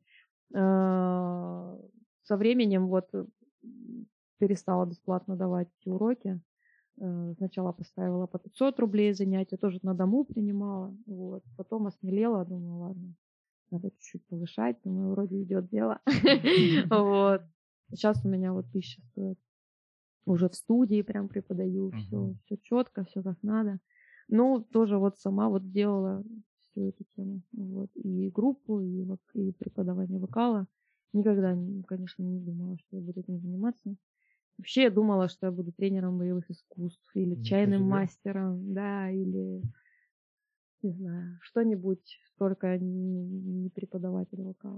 Speaker 4: Э, Со временем вот э, м, перестала бесплатно давать эти уроки. Э, Сначала поставила по пятьсот рублей занятия, тоже на дому принимала. Вот. Потом осмелела, думаю, ладно, надо чуть-чуть повышать. Думаю, вроде идет дело. Вот. Сейчас у меня вот тысяча стоит. Уже в студии прям преподаю, все,
Speaker 3: Мгм.
Speaker 4: все четко, все как надо. Ну, тоже вот сама вот делала всю эту тему. Вот. И группу, и, вок- и преподавание вокала. Никогда, н- конечно, не думала, что я буду этим заниматься. Вообще я думала, что я буду тренером боевых искусств или
Speaker 3: Ничего
Speaker 4: чайным
Speaker 3: себе.
Speaker 4: мастером, да, или, не знаю, что-нибудь, только не, не преподаватель вокала.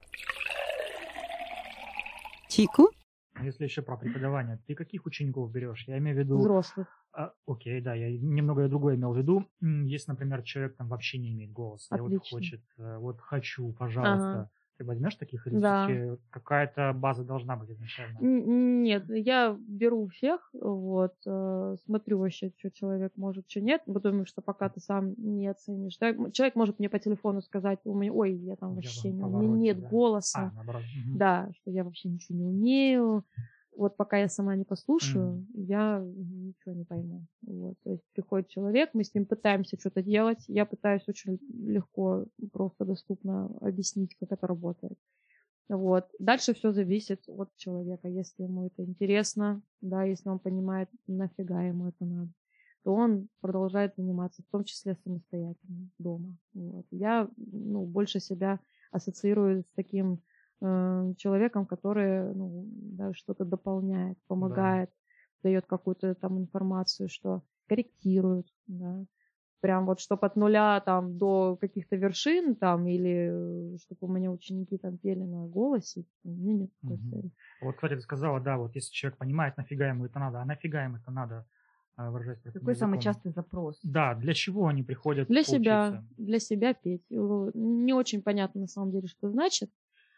Speaker 1: Тику?
Speaker 3: А если еще про преподавание, ты каких учеников берешь? Я имею в виду...
Speaker 4: Взрослых.
Speaker 3: А, окей, да, я немного другое имел в виду. М, Если, например, человек там вообще не имеет голоса, и вот
Speaker 4: Отлично.
Speaker 3: хочет, э, вот хочу, пожалуйста, Ты возьмешь таких или
Speaker 4: Да.
Speaker 3: всё-таки какая-то база должна быть изначально?
Speaker 4: Н нет, я беру всех, вот, э, смотрю вообще, чё человек может, чё нет, потому что пока ты сам не оценишь, да. М, человек может мне по телефону сказать: "У меня, ой, я там
Speaker 3: Я
Speaker 4: вообще,
Speaker 3: в
Speaker 4: не у меня
Speaker 3: повороте,
Speaker 4: нет
Speaker 3: да.
Speaker 4: голоса".
Speaker 3: А, наоборот. Мгм.
Speaker 4: Да, что я вообще ничего не умею. Вот пока я сама не послушаю,
Speaker 3: Мгм.
Speaker 4: я ничего не пойму. Вот. То есть приходит человек, мы с ним пытаемся чё-то делать. Я пытаюсь очень легко, просто доступно объяснить, как это работает. Вот. Дальше всё зависит от человека. Если ему это интересно, да, если он понимает, нафига ему это надо, то он продолжает заниматься, в том числе самостоятельно дома. Вот. Я, ну, больше себя ассоциирую с таким, э, человеком, который, ну, да, что-то дополняет,
Speaker 3: Да.
Speaker 4: помогает, даёт какую-то там информацию, что корректирует, да. Прям вот чтоб от нуля там до каких-то вершин там или, э, чтоб у меня ученики там пели на голосе, у меня нет такой
Speaker 3: Мгм.
Speaker 4: цели.
Speaker 3: Вот, кстати, ты сказала, да, вот если человек понимает, нафига ему это надо, а нафига им это надо, а, выражаясь простым
Speaker 2: Какой самый
Speaker 3: языком?
Speaker 2: частый запрос?
Speaker 3: Да, для чего они приходят
Speaker 4: Для себя,
Speaker 3: поучиться?
Speaker 4: для себя петь. Э, не очень понятно на самом деле, что значит.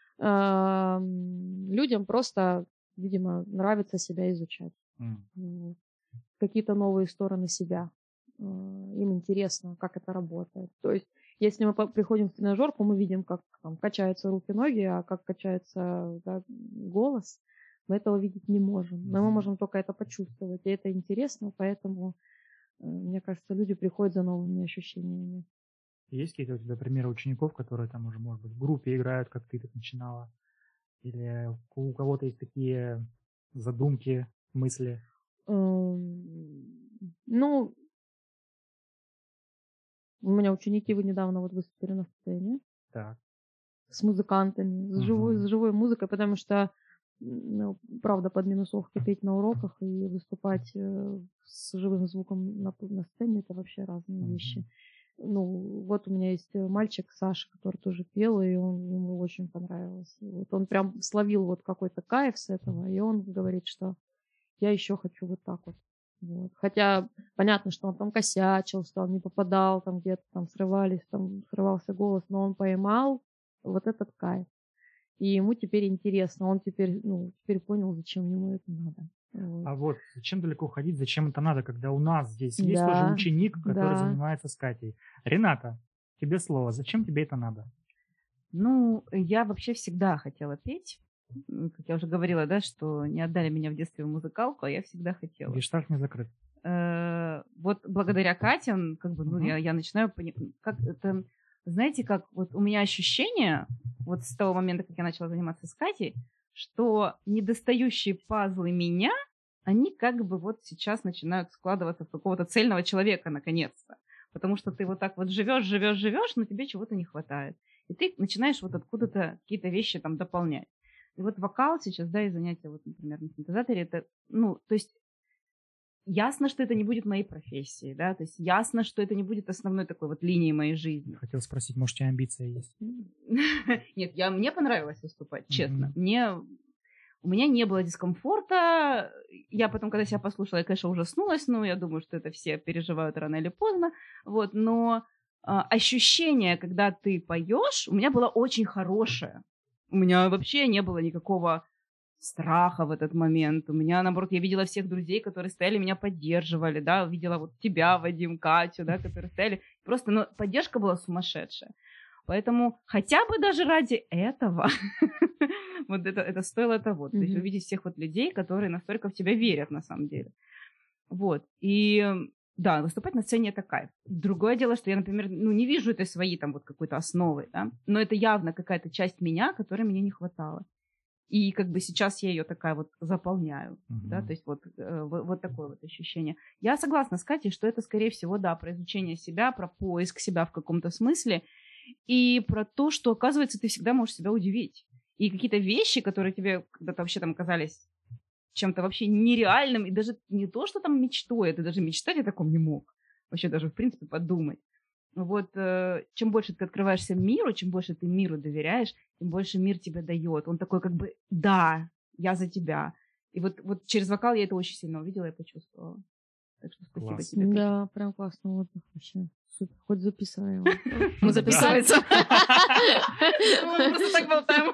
Speaker 4: Ам, людям просто, видимо, нравится себя изучать.
Speaker 3: М.
Speaker 4: Вот. Какие-то новые стороны себя. Э, им интересно, как это работает. То есть, если мы по приходим в тренажёрку, мы видим, как там качаются руки, ноги, а как качается, да, голос, мы этого видеть не можем. Но мы
Speaker 3: Мгм.
Speaker 4: можем только это почувствовать, и это интересно, поэтому, э, мне кажется, люди приходят за новыми ощущениями.
Speaker 3: Есть какие-то у тебя примеры учеников, которые там уже, может быть, в группе играют, как ты так начинала? Или у кого-то есть такие задумки, мысли?
Speaker 4: Эм, ну у меня ученики вот недавно вот выступили на сцене
Speaker 3: Так.
Speaker 4: с музыкантами, с живой с
Speaker 3: Мгм.
Speaker 4: живой музыкой, потому что, м, ну, правда, под минусовки петь на уроках и выступать, э, с живым звуком на п на сцене — это вообще разные вещи.
Speaker 3: Мгм.
Speaker 4: Ну, вот у меня есть, э, мальчик Саша, который тоже пел, и он ему очень понравилось. И вот он прям словил вот какой-то кайф с этого, и он говорит, что я ещё хочу вот так вот. Вот. Хотя понятно, что он там косячил, что он не попадал, там где-то там срывались, там срывался голос, но он поймал вот этот кайф. И ему теперь интересно. Он теперь, ну, теперь понял, зачем ему это надо. Вот.
Speaker 3: А вот зачем далеко ходить, зачем это надо, когда у нас здесь есть тоже
Speaker 4: Да,
Speaker 3: ученик, который
Speaker 4: да.
Speaker 3: занимается с Катей. Рената, тебе слово. Зачем тебе это надо?
Speaker 2: Ну, я вообще всегда хотела петь. М, как я уже говорила, да, что не отдали меня в детстве в музыкалку, а я всегда хотела.
Speaker 3: Гештальт не закрыт.
Speaker 2: Э, вот благодаря Кате, н как бы, ну,
Speaker 3: Мгм.
Speaker 2: я я начинаю пони как это, знаете, как вот у меня ощущение, вот с того момента, как я начала заниматься с Катей, что недостающие пазлы меня, они как бы вот сейчас начинают складываться в какого-то цельного человека наконец-то. Потому что ты вот так вот живешь, живешь, живешь, но тебе чего-то не хватает. И ты начинаешь вот откуда-то какие-то вещи там дополнять. И вот вокал сейчас, да, и занятия, вот, например, на синтезаторе, это, ну, то есть ясно, что это не будет моей профессией, да, то есть ясно, что это не будет основной такой вот линией моей жизни.
Speaker 3: Хотел спросить, может, у тебя амбиция есть?
Speaker 2: Нет, я мне понравилось выступать, честно.
Speaker 3: Мгм.
Speaker 2: Мне у меня не было дискомфорта. Я потом, когда себя послушала, я, конечно, ужаснулась, но я думаю, что это все переживают рано или поздно. Вот, но, а, ощущение, когда ты поешь, у меня было очень хорошее. У меня вообще не было никакого страха в этот момент. У меня, наоборот, я видела всех друзей, которые стояли, меня поддерживали, да, видела вот тебя, Вадим, Катю, да, которые стояли. Просто, ну, поддержка была сумасшедшая. Поэтому хотя бы даже ради этого вот это это стоило того. То есть
Speaker 4: Мгм.
Speaker 2: увидеть всех вот людей, которые настолько в тебя верят на самом деле. Вот. И да, выступать на сцене — это кайф. Другое дело, что я, например, ну, не вижу этой своей там вот какой-то основы, да, но это явно какая-то часть меня, которой мне не хватало. И как бы сейчас я её такая вот заполняю, да,
Speaker 3: Мгм.
Speaker 2: то есть вот, э, вот вот такое вот ощущение. Я согласна с Катей, что это, скорее всего, да, про изучение себя, про поиск себя в каком-то смысле и про то, что, оказывается, ты всегда можешь себя удивить. И какие-то вещи, которые тебе когда-то вообще там казались чем-то вообще нереальным, и даже не то, что там мечтой, ты даже мечтать о таком не мог. Вообще даже, в принципе, подумать. Вот, э, чем больше ты открываешься миру, чем больше ты миру доверяешь, тем больше мир тебе даёт. Он такой как бы: "Да, я за тебя". И вот вот через вокал я это очень сильно увидела и почувствовала. Так что спасибо
Speaker 3: Класс.
Speaker 2: тебе, Катя.
Speaker 4: Да, прям классный отзыв вообще. Супер, хоть записываем.
Speaker 2: Ну, записывается. Мы просто так болтаем.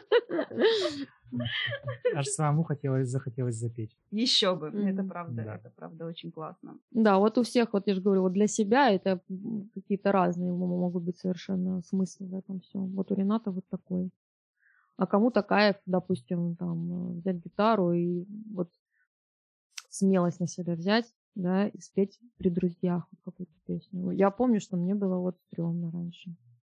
Speaker 3: Аж самому хотелось, захотелось запеть.
Speaker 2: Еще бы,
Speaker 4: Мгм.
Speaker 2: это правда,
Speaker 3: Да.
Speaker 2: это правда очень классно.
Speaker 4: Да, вот у всех, вот я же говорю, вот для себя это какие-то разные могут быть совершенно смыслы в этом всем. Вот у Рената вот такой. А кому-то кайф, допустим, там, взять гитару и вот смелость на себя взять, да, и спеть при друзьях вот какую-то песню. Я помню, что мне было вот стрёмно раньше.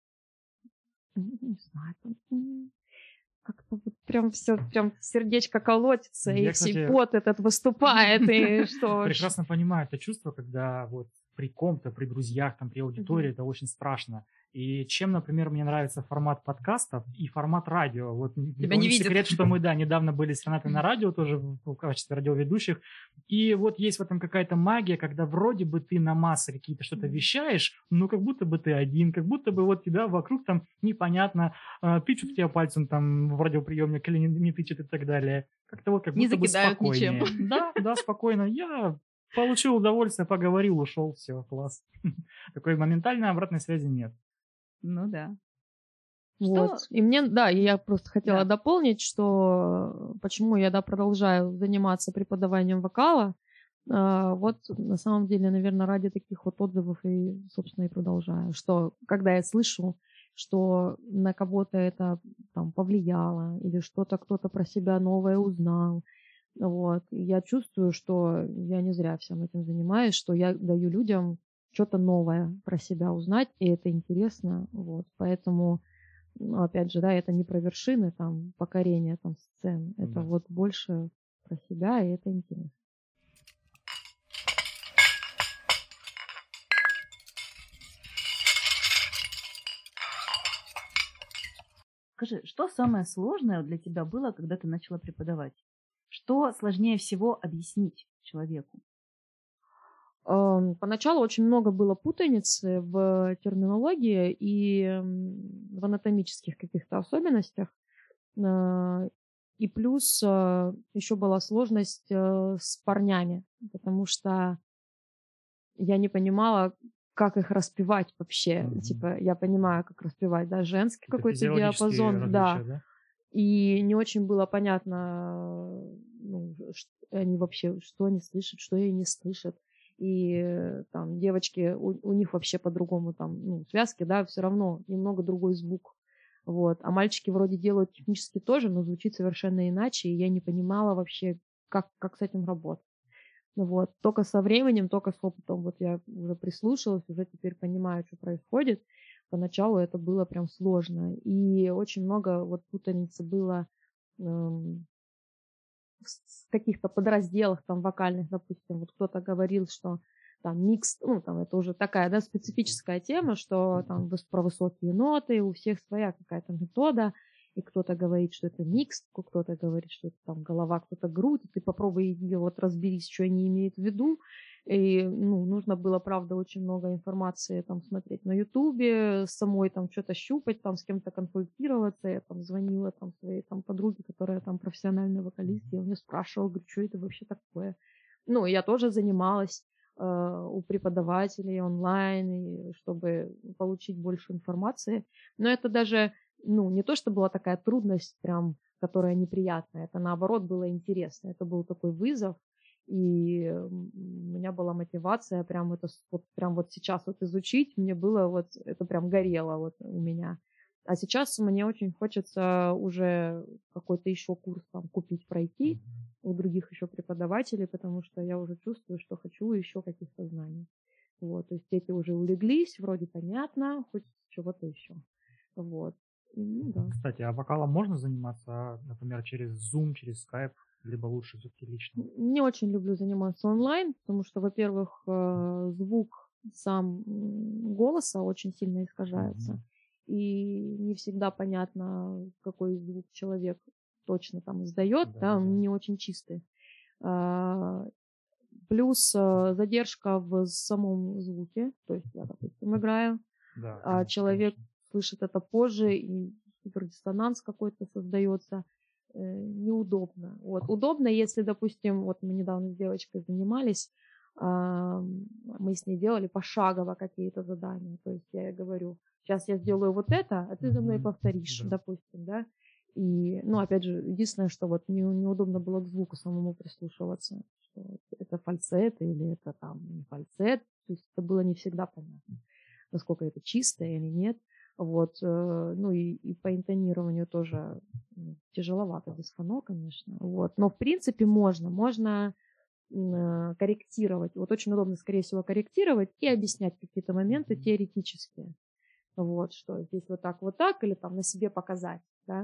Speaker 4: Не знаю, там, м, как-то вот прям все, прям сердечко колотится,
Speaker 3: Я,
Speaker 4: и все
Speaker 3: кстати,
Speaker 4: пот этот выступает, и что...
Speaker 3: прекрасно понимаю это чувство, когда вот при ком-то, при друзьях, там, при аудитории
Speaker 4: Мгм.
Speaker 3: это очень страшно. И чем, например, мне нравится формат подкастов и формат радио. Вот
Speaker 2: Тебя
Speaker 3: никому
Speaker 2: не
Speaker 3: не
Speaker 2: видят.
Speaker 3: секрет, что мы, да, недавно были с Ренатой на радио тоже в в качестве радиоведущих. И вот есть в этом какая-то магия, когда вроде бы ты на массы какие-то что-то
Speaker 4: Мгм.
Speaker 3: вещаешь, но как будто бы ты один, как будто бы вот тебя вокруг там непонятно, э, тычут в тебя пальцем там в радиоприемник или не, не тычут и так далее. Как-то вот как
Speaker 2: Не
Speaker 3: будто бы
Speaker 2: закидают ничем.
Speaker 3: спокойнее. Да, да, спокойно. Я получил удовольствие, поговорил, ушел, все, класс. Такой моментальной обратной связи нет.
Speaker 2: Ну да.
Speaker 4: Вот.
Speaker 2: Что?
Speaker 4: И мне, да, и я просто хотела
Speaker 2: Да.
Speaker 4: дополнить, что почему я, да, продолжаю заниматься преподаванием вокала. А, Вот на самом деле, наверное, ради таких вот отзывов и, собственно, и продолжаю. Что когда я слышу, что на кого-то это там повлияло, или что-то кто-то про себя новое узнал, вот, я чувствую, что я не зря всем этим занимаюсь, что я даю людям что-то новое про себя узнать, и это интересно, вот, поэтому, ну, опять же, да, это не про вершины, там, покорения, там, сцен, это
Speaker 3: Да.
Speaker 4: вот больше про себя, и это интересно.
Speaker 2: Скажи, что самое сложное для тебя было, когда ты начала преподавать? Что сложнее всего объяснить человеку?
Speaker 4: Ам, Поначалу очень много было путаницы в терминологии и м, в анатомических каких-то особенностях. А, И плюс еще была сложность э, с парнями, потому что я не понимала, как их распевать вообще.
Speaker 3: Мгм.
Speaker 4: Типа, я понимаю, как распевать, да, женский
Speaker 3: Какие-то
Speaker 4: какой-то
Speaker 3: физиологические
Speaker 4: диапазон, да.
Speaker 3: различия, да?
Speaker 4: И не очень было понятно, ну, ш- они вообще, что они слышат, что они не слышат. И э, там девочки, у, у них вообще по-другому там, ну, связки, да, все равно немного другой звук. Вот. А мальчики вроде делают технически тоже, но звучит совершенно иначе, и я не понимала вообще, как, как с этим работать. Ну вот. Только со временем, только с опытом вот я уже прислушалась, уже теперь понимаю, что происходит. Поначалу это было прям сложно. И очень много вот путаницы было эм, в с- каких-то подразделах там вокальных, допустим. Вот кто-то говорил, что там микс, ну там это уже такая, да, специфическая тема, что там выс- про высокие ноты, у всех своя какая-то метода. И кто-то говорит, что это микс, кто-то говорит, что это там голова, кто-то грудь, и ты попробуй ее вот разберись, что они имеют в виду. И, ну, нужно было, правда, очень много информации там смотреть на Ютубе, самой там что-то щупать, там с кем-то консультироваться. Я там звонила там своей там подруге, которая там профессиональный вокалист, я у нее спрашивала, говорю, что это вообще такое. Ну, я тоже занималась э, у преподавателей онлайн, и чтобы получить больше информации. Но это даже, ну, не то, что была такая трудность прям, которая неприятная, это наоборот было интересно. Это был такой вызов, и м, у меня была мотивация прям это с- вот, прям вот сейчас вот изучить, мне было вот, это прям горело вот у меня. А сейчас мне очень хочется уже какой-то еще курс там купить, пройти у других еще преподавателей, потому что я уже чувствую, что хочу еще каких-то знаний. Вот, то есть эти уже улеглись, вроде понятно, хочется чего-то еще. Вот. И, ну да.
Speaker 3: Кстати, а вокалом можно заниматься, например, через Zoom, через Skype, либо лучше все-таки лично?
Speaker 4: Не очень люблю заниматься онлайн, потому что, во-первых, э, звук сам м, голоса очень сильно искажается.
Speaker 3: Мгм.
Speaker 4: И не всегда понятно, какой звук человек точно там издает,
Speaker 3: Да,
Speaker 4: да, он
Speaker 3: да.
Speaker 4: не очень чистый. А, Плюс э, задержка в самом звуке, то есть я, допустим, играю,
Speaker 3: Да,
Speaker 4: а
Speaker 3: конечно,
Speaker 4: человек
Speaker 3: конечно.
Speaker 4: слышит это позже, и супердиссонанс какой-то создается, э, неудобно. Вот. Удобно, если, допустим, вот мы недавно с девочкой занимались, а, мы с ней делали пошагово какие-то задания. То есть я ей говорю, сейчас я сделаю вот это, а ты за мной
Speaker 3: Мгм.
Speaker 4: повторишь,
Speaker 3: Да.
Speaker 4: допустим, да. И, ну, опять же, единственное, что вот не, неудобно было к звуку самому прислушиваться, что это фальцет или это там не фальцет. То есть это было не всегда понятно, насколько это чистое или нет. Вот, э, ну и, и по интонированию тоже ну, тяжеловато без фоно, конечно. Вот. Но в принципе можно, можно м, э, корректировать. Вот очень удобно, скорее всего, корректировать и объяснять какие-то моменты
Speaker 3: Мгм.
Speaker 4: теоретические. Вот, что здесь вот так, вот так, или там на себе показать, да.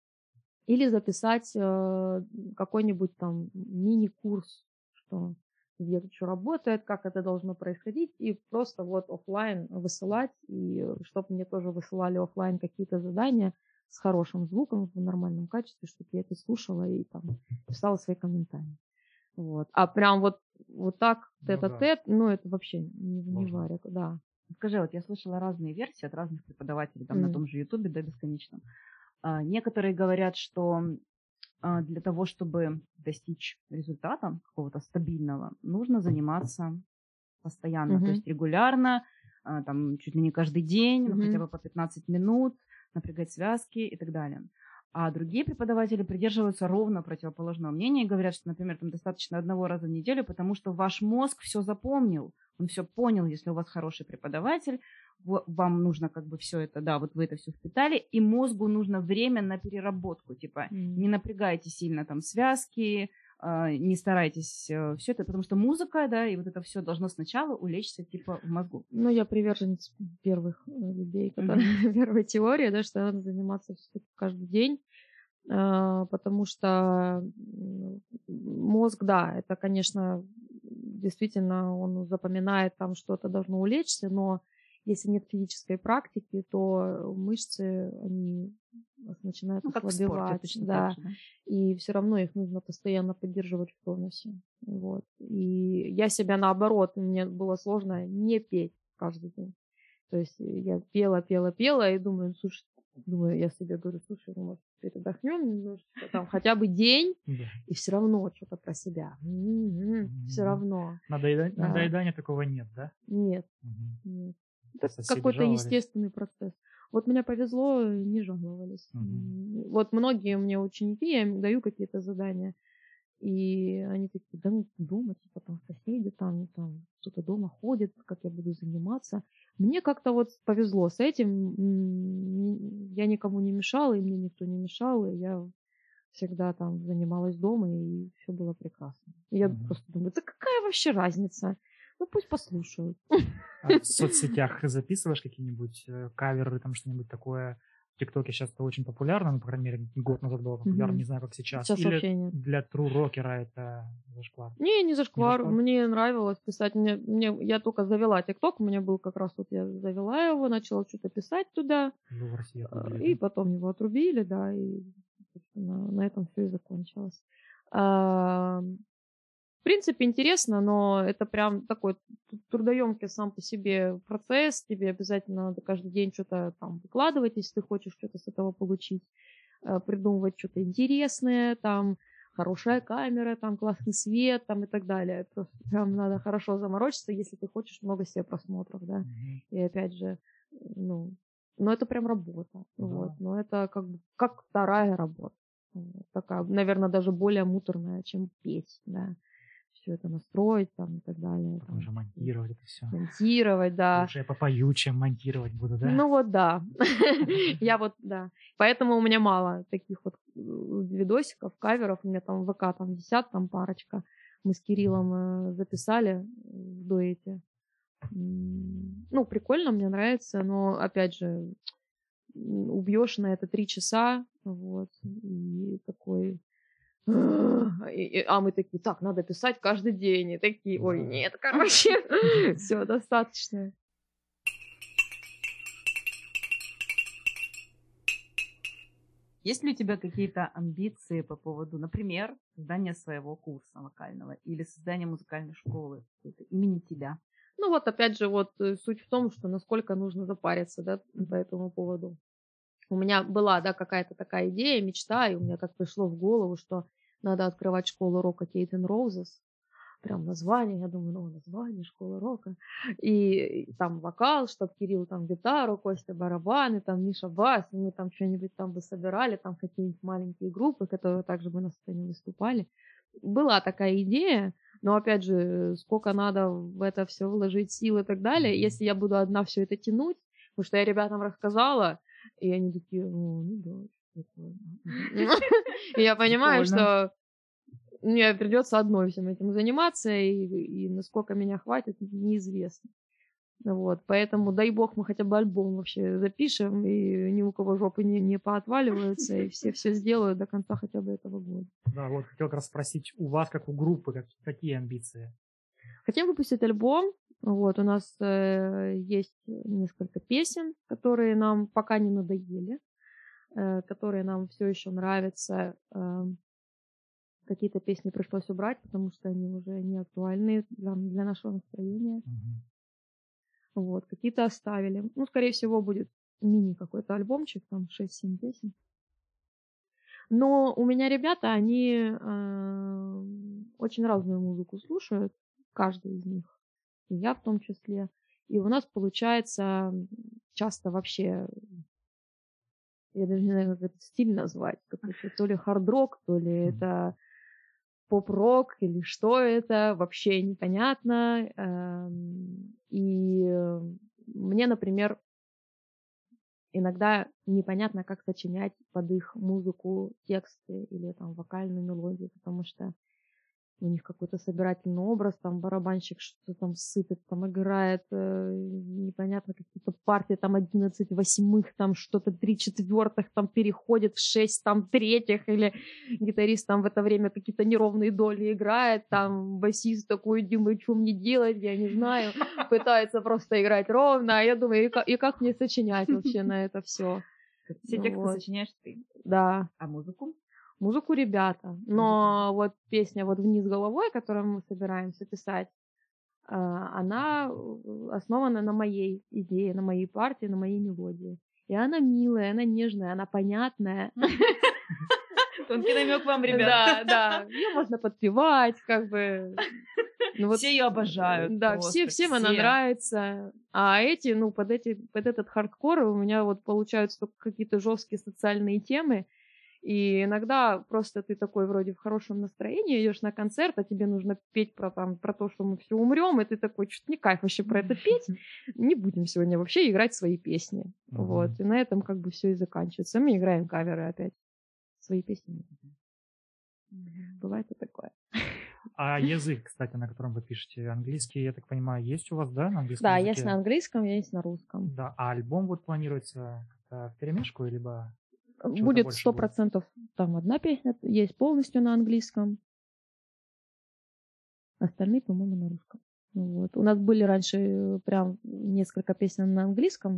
Speaker 4: Или записать э, какой-нибудь там мини-курс, что где что работает, как это должно происходить, и просто вот оффлайн высылать, и чтобы мне тоже высылали оффлайн какие-то задания с хорошим звуком, в нормальном качестве, чтобы я это слушала и там писала свои комментарии. Вот. А прям вот, вот так
Speaker 3: Ну да,
Speaker 4: тет-а-тет, ну это вообще не, не
Speaker 3: сложно.
Speaker 4: варик, да.
Speaker 2: Скажи, вот я слышала разные версии от разных преподавателей, там на
Speaker 4: М.
Speaker 2: том же Ютубе, да, бесконечном. А, некоторые говорят, что а, для того, чтобы достичь результата какого-то стабильного, нужно заниматься постоянно, то
Speaker 4: Мгм.
Speaker 2: есть регулярно, а, там чуть ли не каждый день, ну хотя
Speaker 4: Мгм.
Speaker 2: бы по пятнадцать минут, напрягать связки и так далее. А другие преподаватели придерживаются ровно противоположного мнения и говорят, что, например, там достаточно одного раза в неделю, потому что ваш мозг все запомнил, он все понял, если у вас хороший преподаватель, во- вам нужно как бы все это, да, вот вы это все впитали, и мозгу нужно время на переработку, типа
Speaker 4: М.
Speaker 2: не напрягайте сильно там связки, а, не старайтесь все это, потому что музыка, да, и вот это все должно сначала улечься типа в мозгу.
Speaker 4: Ну, я приверженец первых э, людей, которые первой теории, да, что надо заниматься всё-таки каждый день, а, потому что м, мозг, да, это, конечно, действительно он запоминает, там что-то должно улечься, но если нет физической практики, то мышцы, они начинают
Speaker 2: Ну, как в спорте,
Speaker 4: ослабевать,
Speaker 2: точно так
Speaker 4: да,
Speaker 2: же, да.
Speaker 4: и все равно их нужно постоянно поддерживать в тонусе. Вот. И я себя наоборот, мне было сложно не петь каждый день. То есть я пела, пела, пела и думаю, ну, слушай, думаю, я себе говорю, слушай, ну, может, теперь отдохнем немножечко, там хотя бы день,
Speaker 3: Да.
Speaker 4: и все равно что-то про себя. Все
Speaker 3: Мгм.
Speaker 4: равно.
Speaker 3: Надоеда-
Speaker 4: Да.
Speaker 3: Надоедания такого нет, да?
Speaker 4: Нет,
Speaker 3: Мгм.
Speaker 4: нет. Это
Speaker 3: Соседи
Speaker 4: какой-то
Speaker 3: жаловались?
Speaker 4: естественный процесс. Вот мне повезло, не жаловались.
Speaker 3: Мгм.
Speaker 4: М, Вот многие мне ученики, я им даю какие-то задания, и они такие, да ну дома, типа там соседи, там, там кто-то дома ходит, как я буду заниматься. Мне как-то вот повезло с этим. м, Я никому не мешала, и мне никто не мешал, и я всегда там занималась дома, и все было прекрасно. И я
Speaker 3: Мгм.
Speaker 4: просто думаю, да какая вообще разница? Ну пусть послушают.
Speaker 3: А в соцсетях записываешь какие-нибудь э, каверы, там что-нибудь такое? В ТикТоке сейчас это очень популярно, ну, по крайней мере, год назад было популярно,
Speaker 4: Мгм.
Speaker 3: не знаю, как сейчас.
Speaker 4: Сейчас
Speaker 3: Или
Speaker 4: вообще нет.
Speaker 3: для true рокера это зашквар?
Speaker 4: Не, не зашквар.
Speaker 3: зашквар?
Speaker 4: Мне нравилось писать. Мне, мне, я только завела ТикТок, у меня был как раз вот я завела его, начала что-то писать туда,
Speaker 3: Его в России
Speaker 4: э,
Speaker 3: отрубили,
Speaker 4: и
Speaker 3: да?
Speaker 4: потом его отрубили, да, и собственно, на этом все и закончилось. А, В принципе, интересно, но это прям такой трудоемкий сам по себе процесс. Тебе обязательно надо каждый день что-то там выкладывать, если ты хочешь что-то с этого получить, э, придумывать что-то интересное, там хорошая камера, там классный свет, там и так далее. Просто прям надо хорошо заморочиться, если ты хочешь много себе просмотров, да.
Speaker 3: Мгм.
Speaker 4: И опять же, ну, но это прям работа,
Speaker 3: Да.
Speaker 4: вот. Но это как бы как вторая работа. Вот. Такая, наверное, даже более муторная, чем петь, да. Все это настроить там и так далее.
Speaker 3: Потом
Speaker 4: Там,
Speaker 3: же монтировать это все.
Speaker 4: монтировать, да.
Speaker 3: Лучше я попою, чем монтировать буду, да?
Speaker 4: Ну вот да. Я вот, да. Поэтому у меня мало таких вот э, видосиков, каверов. У меня там в ВК там висят, там парочка. Мы с Кириллом э, записали в дуэте. М, Ну, прикольно, мне нравится, но, опять же, м, убьешь на это три часа, вот, и такой... И- и- А мы такие, так, надо писать каждый день. И такие, ой,
Speaker 3: Да.
Speaker 4: нет, короче, все, достаточно.
Speaker 2: Есть ли у тебя какие-то амбиции по поводу, например, создания своего курса вокального или создания музыкальной школы какой-то имени тебя?
Speaker 4: Ну вот, опять же, вот э, суть в том, что насколько нужно запариться, да,
Speaker 2: Мгм.
Speaker 4: по этому поводу. У меня была, да, какая-то такая идея, мечта, и у меня как пришло в голову, что надо открывать школу рока Кейт энд Роузес. прям название, я думаю, ну, название, школа рока, и, и там вокал, чтоб Кирилл там гитару, Костя барабаны, там Миша бас, и мы там что-нибудь там бы собирали, там какие-нибудь маленькие группы, которые также бы на сцене выступали. Была такая идея, но опять же, сколько надо в это все вложить сил и так далее, если я буду одна все это тянуть, потому что я ребятам рассказала, и они такие, ну, ну да, прикольно. И я понимаю, что мне придется одной всем этим заниматься, и, и насколько меня хватит, неизвестно. Вот, поэтому, дай бог, мы хотя бы альбом вообще запишем, и ни у кого жопы не, не поотваливаются, и все все сделают до конца хотя бы этого года.
Speaker 3: Да, вот хотел как раз спросить, у вас, как у группы, как, какие амбиции?
Speaker 4: Хотим выпустить альбом. Вот, у нас э, есть несколько песен, которые нам пока не надоели, э, которые нам все еще нравятся. Э, какие-то песни пришлось убрать, потому что они уже не актуальны для, для нашего настроения.
Speaker 3: Мгм.
Speaker 4: Вот, какие-то оставили. Ну, скорее всего, будет мини какой-то альбомчик, там шесть-семь песен. Но у меня ребята, они э, очень разную музыку слушают, каждый из них, и я в том числе. И у нас получается часто вообще, я даже не знаю, как этот стиль назвать, какой-то то ли хард-рок, то ли
Speaker 3: Мгм.
Speaker 4: это поп-рок, или что это, вообще непонятно. Эм, И э, мне, например, иногда непонятно, как сочинять под их музыку тексты или там вокальную мелодию, потому что у них какой-то собирательный образ, там барабанщик что-то там сыпет, там играет, э, непонятно, какие-то партии, там одиннадцать восьмых, там что-то три четвертых, там переходит в шесть там третьих, или гитарист там в это время какие-то неровные доли играет, там басист такой, думает, что мне делать, я не знаю, пытается просто играть ровно, а я думаю, и как, и как мне сочинять вообще на это все?
Speaker 2: Все тексты
Speaker 4: Вот.
Speaker 2: сочиняешь ты.
Speaker 4: Да.
Speaker 2: А музыку?
Speaker 4: Музыку ребята. Но вот песня вот «Вниз головой», которую мы собираемся писать, а, она э, основана на моей идее, на моей партии, на моей мелодии. И она милая, она нежная, она понятная.
Speaker 2: Тонкий намек вам, ребят.
Speaker 4: Да, да. Ее можно подпевать, как бы. Ну вот,
Speaker 2: Все ее обожают.
Speaker 4: да,
Speaker 2: просто,
Speaker 4: все, всем она
Speaker 2: все.
Speaker 4: нравится. А эти, ну, под эти, под этот хардкор у меня вот получаются только какие-то жесткие социальные темы. И иногда просто ты такой вроде в хорошем настроении, идешь на концерт, а тебе нужно петь про, там, про то, что мы все умрем, и ты такой, что-то не кайф вообще про это петь, не будем сегодня вообще играть свои песни.
Speaker 3: Мгм.
Speaker 4: Вот, и на этом как бы все и заканчивается. Мы играем каверы опять. Свои песни. Бывает и такое.
Speaker 3: А язык, кстати, на котором вы пишете, английский, я так понимаю, есть у вас, да, на английском
Speaker 4: Да,
Speaker 3: языке?
Speaker 4: есть на английском, есть на русском.
Speaker 3: Да, а альбом вот планируется как-то вперемешку, либо... Чего-то
Speaker 4: Будет
Speaker 3: больше
Speaker 4: сто
Speaker 3: будет.
Speaker 4: процентов там одна песня, есть полностью на английском. Остальные, по-моему, на русском. Ну вот. У нас были раньше э, прям несколько песен на английском,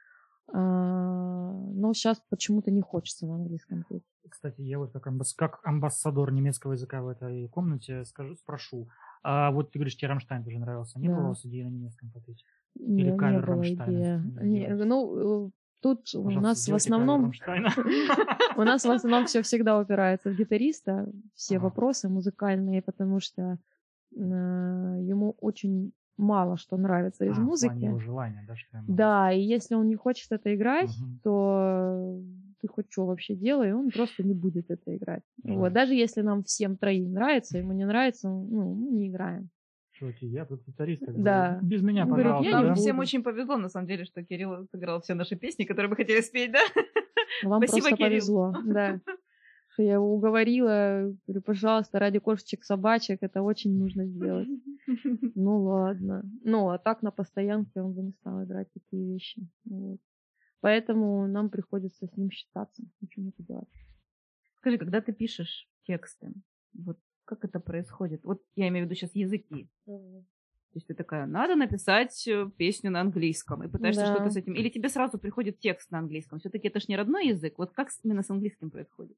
Speaker 4: а, но сейчас почему-то не хочется на английском петь.
Speaker 3: Кстати, я вот как, амбас- как амбассадор немецкого языка в этой комнате скажу, спрошу. А вот ты говоришь, тебе Рамштайн тоже нравился. Не
Speaker 4: Да.
Speaker 3: было у вас идеи на немецком попеть?
Speaker 4: Не, не
Speaker 3: кавер
Speaker 4: было
Speaker 3: Рамштайна
Speaker 4: идеи. Не,
Speaker 3: сделать?
Speaker 4: ну, э, тут у
Speaker 3: Пожалуйста,
Speaker 4: нас в
Speaker 3: сделайте кавер
Speaker 4: основном
Speaker 3: Рамштайна.
Speaker 4: у нас в основном все всегда упирается в гитариста, все
Speaker 3: Ага.
Speaker 4: вопросы музыкальные, потому что э, ему очень мало что нравится из
Speaker 3: А, в
Speaker 4: музыки.
Speaker 3: плане его желания, да, что ему...
Speaker 4: Да, и если он не хочет это играть,
Speaker 3: Мгм.
Speaker 4: то ты хоть что вообще делай, он просто не будет это играть.
Speaker 3: Жаль.
Speaker 4: Вот. Даже если нам всем троим нравится, ему не нравится, ну, мы не играем.
Speaker 3: Чуваки, я тут гитарист. как бы,
Speaker 4: Да.
Speaker 3: Без меня,
Speaker 4: Он говорит,
Speaker 3: пожалуйста.
Speaker 4: я не
Speaker 2: Нам
Speaker 3: да?
Speaker 2: всем
Speaker 4: буду.
Speaker 2: очень повезло, на самом деле, что Кирилл сыграл все наши песни, которые мы хотели спеть, да?
Speaker 4: Вам
Speaker 2: Спасибо,
Speaker 4: просто
Speaker 2: Кирилл.
Speaker 4: повезло. Да. Что я его уговорила, говорю, пожалуйста, ради кошечек, собачек, это очень нужно сделать. Ну ладно. Ну, а так на постоянке он бы не стал играть такие вещи. Вот. Поэтому нам приходится с ним считаться. Ничего не поделать.
Speaker 2: Скажи, когда ты пишешь тексты, вот как это происходит? Вот я имею в виду сейчас языки. То есть ты такая, надо написать э, песню на английском, и пытаешься
Speaker 4: Да.
Speaker 2: что-то с этим. Или тебе сразу приходит текст на английском. Все-таки это ж не родной язык. Вот как с- именно с английским происходит?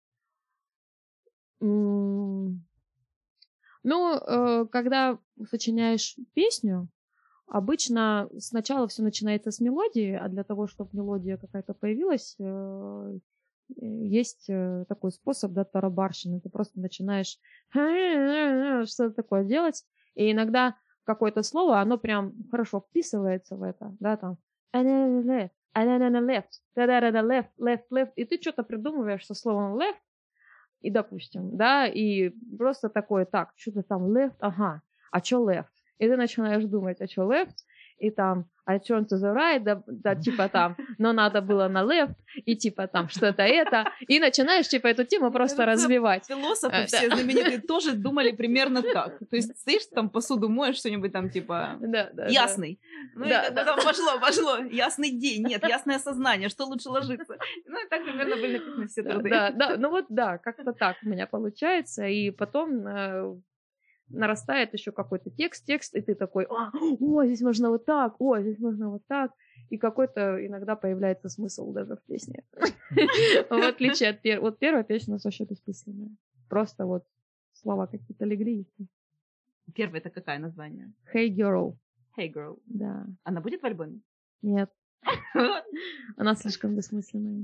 Speaker 4: М, Ну, э, когда сочиняешь песню, обычно сначала все начинается с мелодии, а для того, чтобы мелодия какая-то появилась, э, э, есть э, такой способ, да, тарабарщины. Ты просто начинаешь что-то такое делать, И иногда какое-то слово, оно прям хорошо вписывается в это, да, там, left, left, left, left, left, и ты что-то придумываешь со словом left, и, допустим, да, и просто такое, так, что-то там left, ага, а что left? И ты начинаешь думать, а что left? И там, I turn to the right, да, да, типа там, но надо было на left, и типа там что-то это, и начинаешь типа эту тему просто развивать.
Speaker 2: Философы все знаменитые тоже думали примерно так. То есть стоишь там посуду моешь, что-нибудь там типа ясный. Ну и потом пошло, пошло, ясный день, нет, ясное сознание, что лучше ложиться. Ну и так примерно были написаны все труды.
Speaker 4: Да, да, ну вот да, как-то так у меня получается, и потом нарастает еще какой-то текст, текст, и ты такой, а, о, здесь можно вот так, о, здесь можно вот так, и какой-то иногда появляется смысл даже в песне. В отличие от первой. Вот первая песня у нас вообще бессмысленная. Просто вот слова какие-то легли.
Speaker 2: Первая это какое название?
Speaker 4: Hey Girl.
Speaker 2: Hey Girl.
Speaker 4: Да.
Speaker 2: Она будет в альбоме?
Speaker 4: Нет. Она слишком бессмысленная.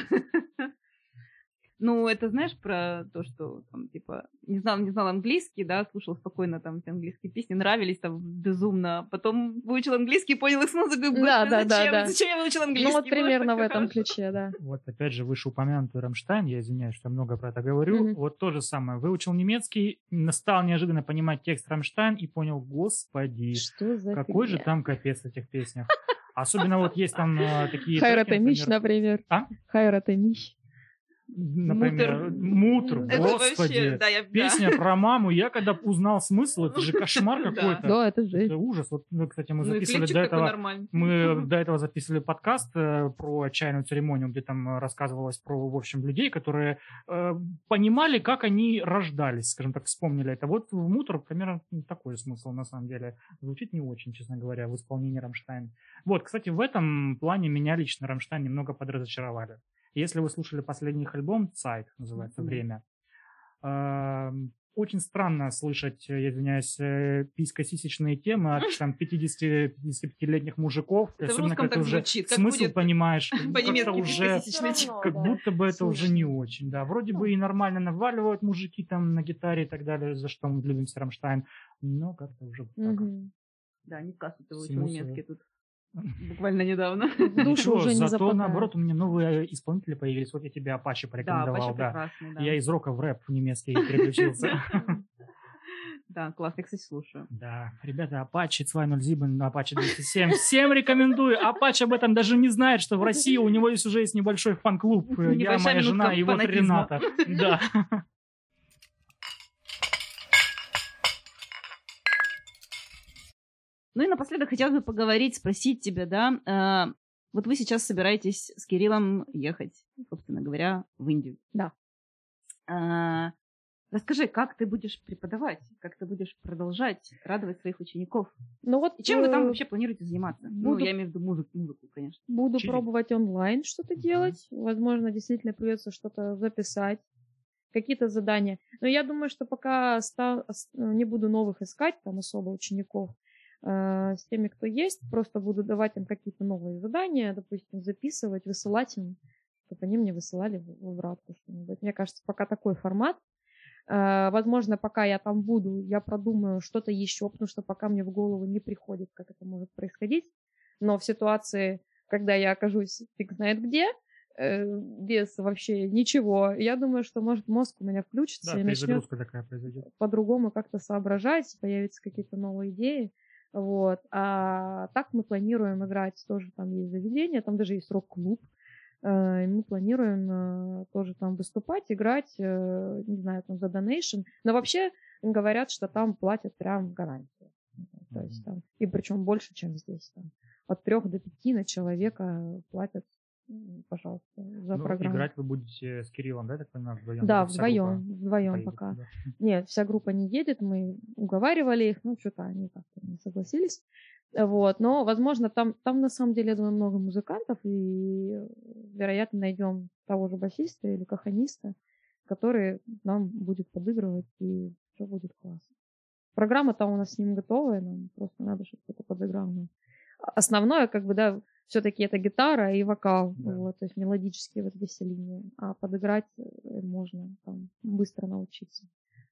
Speaker 2: Ну, это знаешь про то, что там, типа, не знал, не знал английский, да, слушал спокойно там эти английские песни, нравились там безумно, потом выучил английский, понял их смысл, такой,
Speaker 4: да, да,
Speaker 2: зачем,
Speaker 4: да, да.
Speaker 2: зачем я выучил английский?
Speaker 4: Ну, вот примерно в этом
Speaker 2: хорошо.
Speaker 4: ключе, да.
Speaker 3: Вот, опять же, вышеупомянутый Рамштайн, я извиняюсь, что я много про это говорю, mm-hmm. вот то же самое. Выучил немецкий, стал неожиданно понимать текст Рамштайн и понял, господи,
Speaker 4: что за
Speaker 3: какой
Speaker 4: фигня?
Speaker 3: же там капец в этих песнях. Особенно вот есть там такие...
Speaker 4: Хайратамиш, например.
Speaker 3: А?
Speaker 4: Хайратамиш.
Speaker 3: Например, Мутр,
Speaker 2: это
Speaker 3: господи,
Speaker 2: вообще, да, я,
Speaker 3: песня
Speaker 2: да.
Speaker 3: про маму, я когда узнал смысл, это же кошмар какой-то.
Speaker 4: Да, это же.
Speaker 3: Это ужас. Вот, кстати, мы
Speaker 2: Ну,
Speaker 3: записывали до этого, мы до этого записывали подкаст э, про чайную церемонию, где там рассказывалось про, в общем, людей, которые э, понимали, как они рождались, скажем так, вспомнили это. Вот в Мутр примерно такой смысл, на самом деле. Звучит не очень, честно говоря, в исполнении Рамштайн. Вот, кстати, в этом плане меня лично Рамштайн немного подразочаровали. Если вы слушали последний их альбом, Zeit называется, mm-hmm. «Время», э, очень странно слышать, я извиняюсь, писько-сисечные темы от там, пятидесятипятилетних мужиков.
Speaker 2: Это
Speaker 3: особенно,
Speaker 2: когда ты уже
Speaker 3: звучит, смысл будет
Speaker 2: по
Speaker 3: понимаешь. Как-то уже,
Speaker 4: равно,
Speaker 3: как
Speaker 4: да.
Speaker 3: будто бы это
Speaker 4: Слушай.
Speaker 3: уже не очень. Да. Вроде бы и нормально наваливают мужики там на гитаре и так далее, за что мы любимся Рамштайн, но как-то уже так.
Speaker 4: Mm-hmm.
Speaker 2: Да, не сказку ты выучил немецкий тут. Буквально недавно.
Speaker 4: Душу уже не
Speaker 3: зато
Speaker 4: западает.
Speaker 3: наоборот у меня новые исполнители появились. Вот я тебе Apache порекомендовал.
Speaker 2: Да, Apache
Speaker 3: да.
Speaker 2: да.
Speaker 3: Я из рока в рэп в немецкий переключился.
Speaker 2: Да, классно, я, кстати, слушаю.
Speaker 3: Да, ребята, Apache два ноль семь, Apache двести семь. Всем рекомендую. Apache об этом даже не знает, что в России у него есть уже есть небольшой фан-клуб. Я, моя жена и вот Рената. Да.
Speaker 2: Ну и напоследок хотелось бы поговорить, спросить тебя, да, э, вот вы сейчас собираетесь с Кириллом ехать, собственно говоря, в Индию.
Speaker 4: Да.
Speaker 2: Э, расскажи, как ты будешь преподавать, как ты будешь продолжать радовать своих учеников?
Speaker 4: Ну вот,
Speaker 2: и чем вы там
Speaker 4: э,
Speaker 2: вообще планируете заниматься?
Speaker 4: буду,
Speaker 2: ну, я имею в виду музыку, музыку конечно.
Speaker 4: Буду
Speaker 3: Чили.
Speaker 4: пробовать онлайн что-то
Speaker 3: Mm-hmm.
Speaker 4: делать. Возможно, действительно придется что-то записать. Какие-то задания. Но я думаю, что пока ста- не буду новых искать, там особо учеников, с теми, кто есть, просто буду давать им какие-то новые задания, допустим, записывать, высылать им, чтобы они мне высылали в обратку что-нибудь. Мне кажется, пока такой формат. Возможно, пока я там буду, я продумаю что-то еще, потому что пока мне в голову не приходит, как это может происходить. Но в ситуации, когда я окажусь фиг знает где, без вообще ничего, я думаю, что, может, мозг у меня включится
Speaker 3: да,
Speaker 4: и начнет
Speaker 3: такая произойдет.
Speaker 4: по-другому как-то соображать, появятся какие-то новые идеи. Вот. А так мы планируем играть, тоже там есть заведение, там даже есть рок-клуб. Э, и мы планируем э, тоже там выступать, играть, э, не знаю, там за донейшн. Но вообще говорят, что там платят прям гарантию. То есть там, и причем больше, чем здесь. Там, от трех до пяти на человека платят, пожалуйста, за
Speaker 3: ну,
Speaker 4: программу.
Speaker 3: Играть вы будете с Кириллом, да, я так понимаю, вдвоем?
Speaker 4: Да, вдвоем, вдвоем
Speaker 3: поедет,
Speaker 4: пока.
Speaker 3: Да.
Speaker 4: Нет, вся группа не едет, мы уговаривали их, ну, что-то они как-то не согласились. Вот, но, возможно, там, там на самом деле, я думаю, много музыкантов, и, вероятно, найдем того же басиста или каханиста, который нам будет подыгрывать, и все будет классно. Программа там у нас с ним готовая, нам просто надо, чтобы кто-то подыграл. Основное, как бы, да, все-таки это гитара и вокал, да. Вот, то есть мелодические вот эти все линии. А подыграть можно там быстро научиться.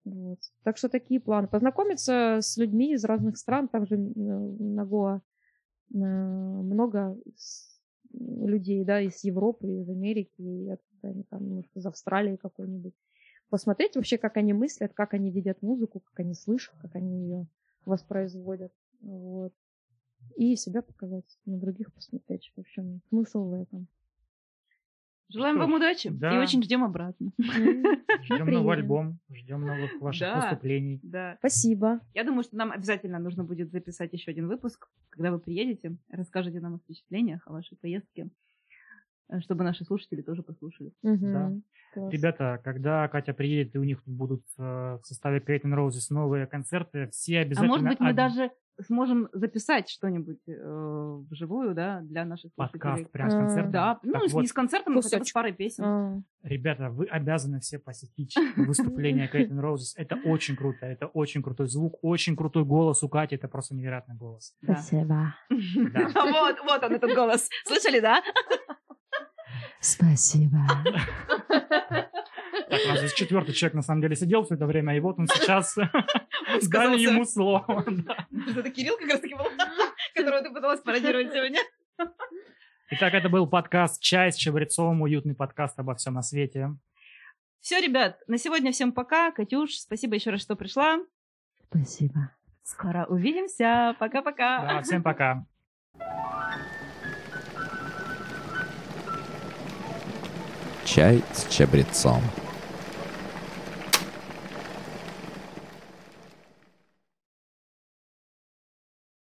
Speaker 4: Вот. Так что такие планы. Познакомиться с людьми из разных стран, также э, на Гоа э, много с- людей, да, из Европы, из Америки, и откуда они там, может, из Австралии какой-нибудь. Посмотреть вообще, как они мыслят, как они видят музыку, как они слышат, как они ее воспроизводят. Вот. И себя показать, на других посмотреть. В общем, смысл в этом.
Speaker 2: Желаем
Speaker 3: Что
Speaker 2: вам
Speaker 3: ж,
Speaker 2: удачи
Speaker 3: да.
Speaker 2: и очень ждем обратно.
Speaker 4: М,
Speaker 3: Ждем
Speaker 4: приедем.
Speaker 3: новый альбом, ждем новых ваших
Speaker 2: Да.
Speaker 3: выступлений.
Speaker 2: Да.
Speaker 4: Спасибо.
Speaker 2: Я думаю, что нам обязательно нужно будет записать еще один выпуск, когда вы приедете, расскажете нам о впечатлениях, о вашей поездке, э, чтобы наши слушатели тоже послушали.
Speaker 4: Мгм.
Speaker 3: Да.
Speaker 4: Класс.
Speaker 3: Ребята, когда Катя приедет, и у них тут будут э, в составе Creating Roses новые концерты, все
Speaker 2: А
Speaker 3: обязательно...
Speaker 2: может быть, мы
Speaker 3: об-
Speaker 2: даже сможем записать что-нибудь э, вживую, да, для наших слушателей.
Speaker 3: подкаст прям с
Speaker 4: А,
Speaker 3: концертом.
Speaker 2: Да, ну,
Speaker 3: Так
Speaker 2: с-
Speaker 3: вот,
Speaker 2: не с концертом, но хотя бы с
Speaker 4: кусочек.
Speaker 2: парой песен.
Speaker 4: А,
Speaker 3: ребята, вы обязаны все посетить выступление Creating Roses. Это очень круто, это очень крутой звук, очень крутой голос у Кати, это просто невероятный голос.
Speaker 2: Да.
Speaker 4: Спасибо.
Speaker 3: Да.
Speaker 2: Вот, вот он, этот голос. Слышали, да?
Speaker 4: Спасибо.
Speaker 3: Так, у нас здесь четвертый человек на самом деле сидел все это время, и вот он сейчас дали
Speaker 2: Высказался.
Speaker 3: ему слово. Да.
Speaker 2: Это Кирилл как раз таки был, которого ты пыталась пародировать сегодня.
Speaker 3: Итак, это был подкаст «Чай с чабрецом», уютный подкаст обо всем на свете.
Speaker 2: Все, ребят, на сегодня всем пока. Катюш, спасибо еще раз, что пришла.
Speaker 4: Спасибо.
Speaker 2: Скоро увидимся. Пока-пока.
Speaker 3: Да, всем пока.
Speaker 1: Чай с чабрецом.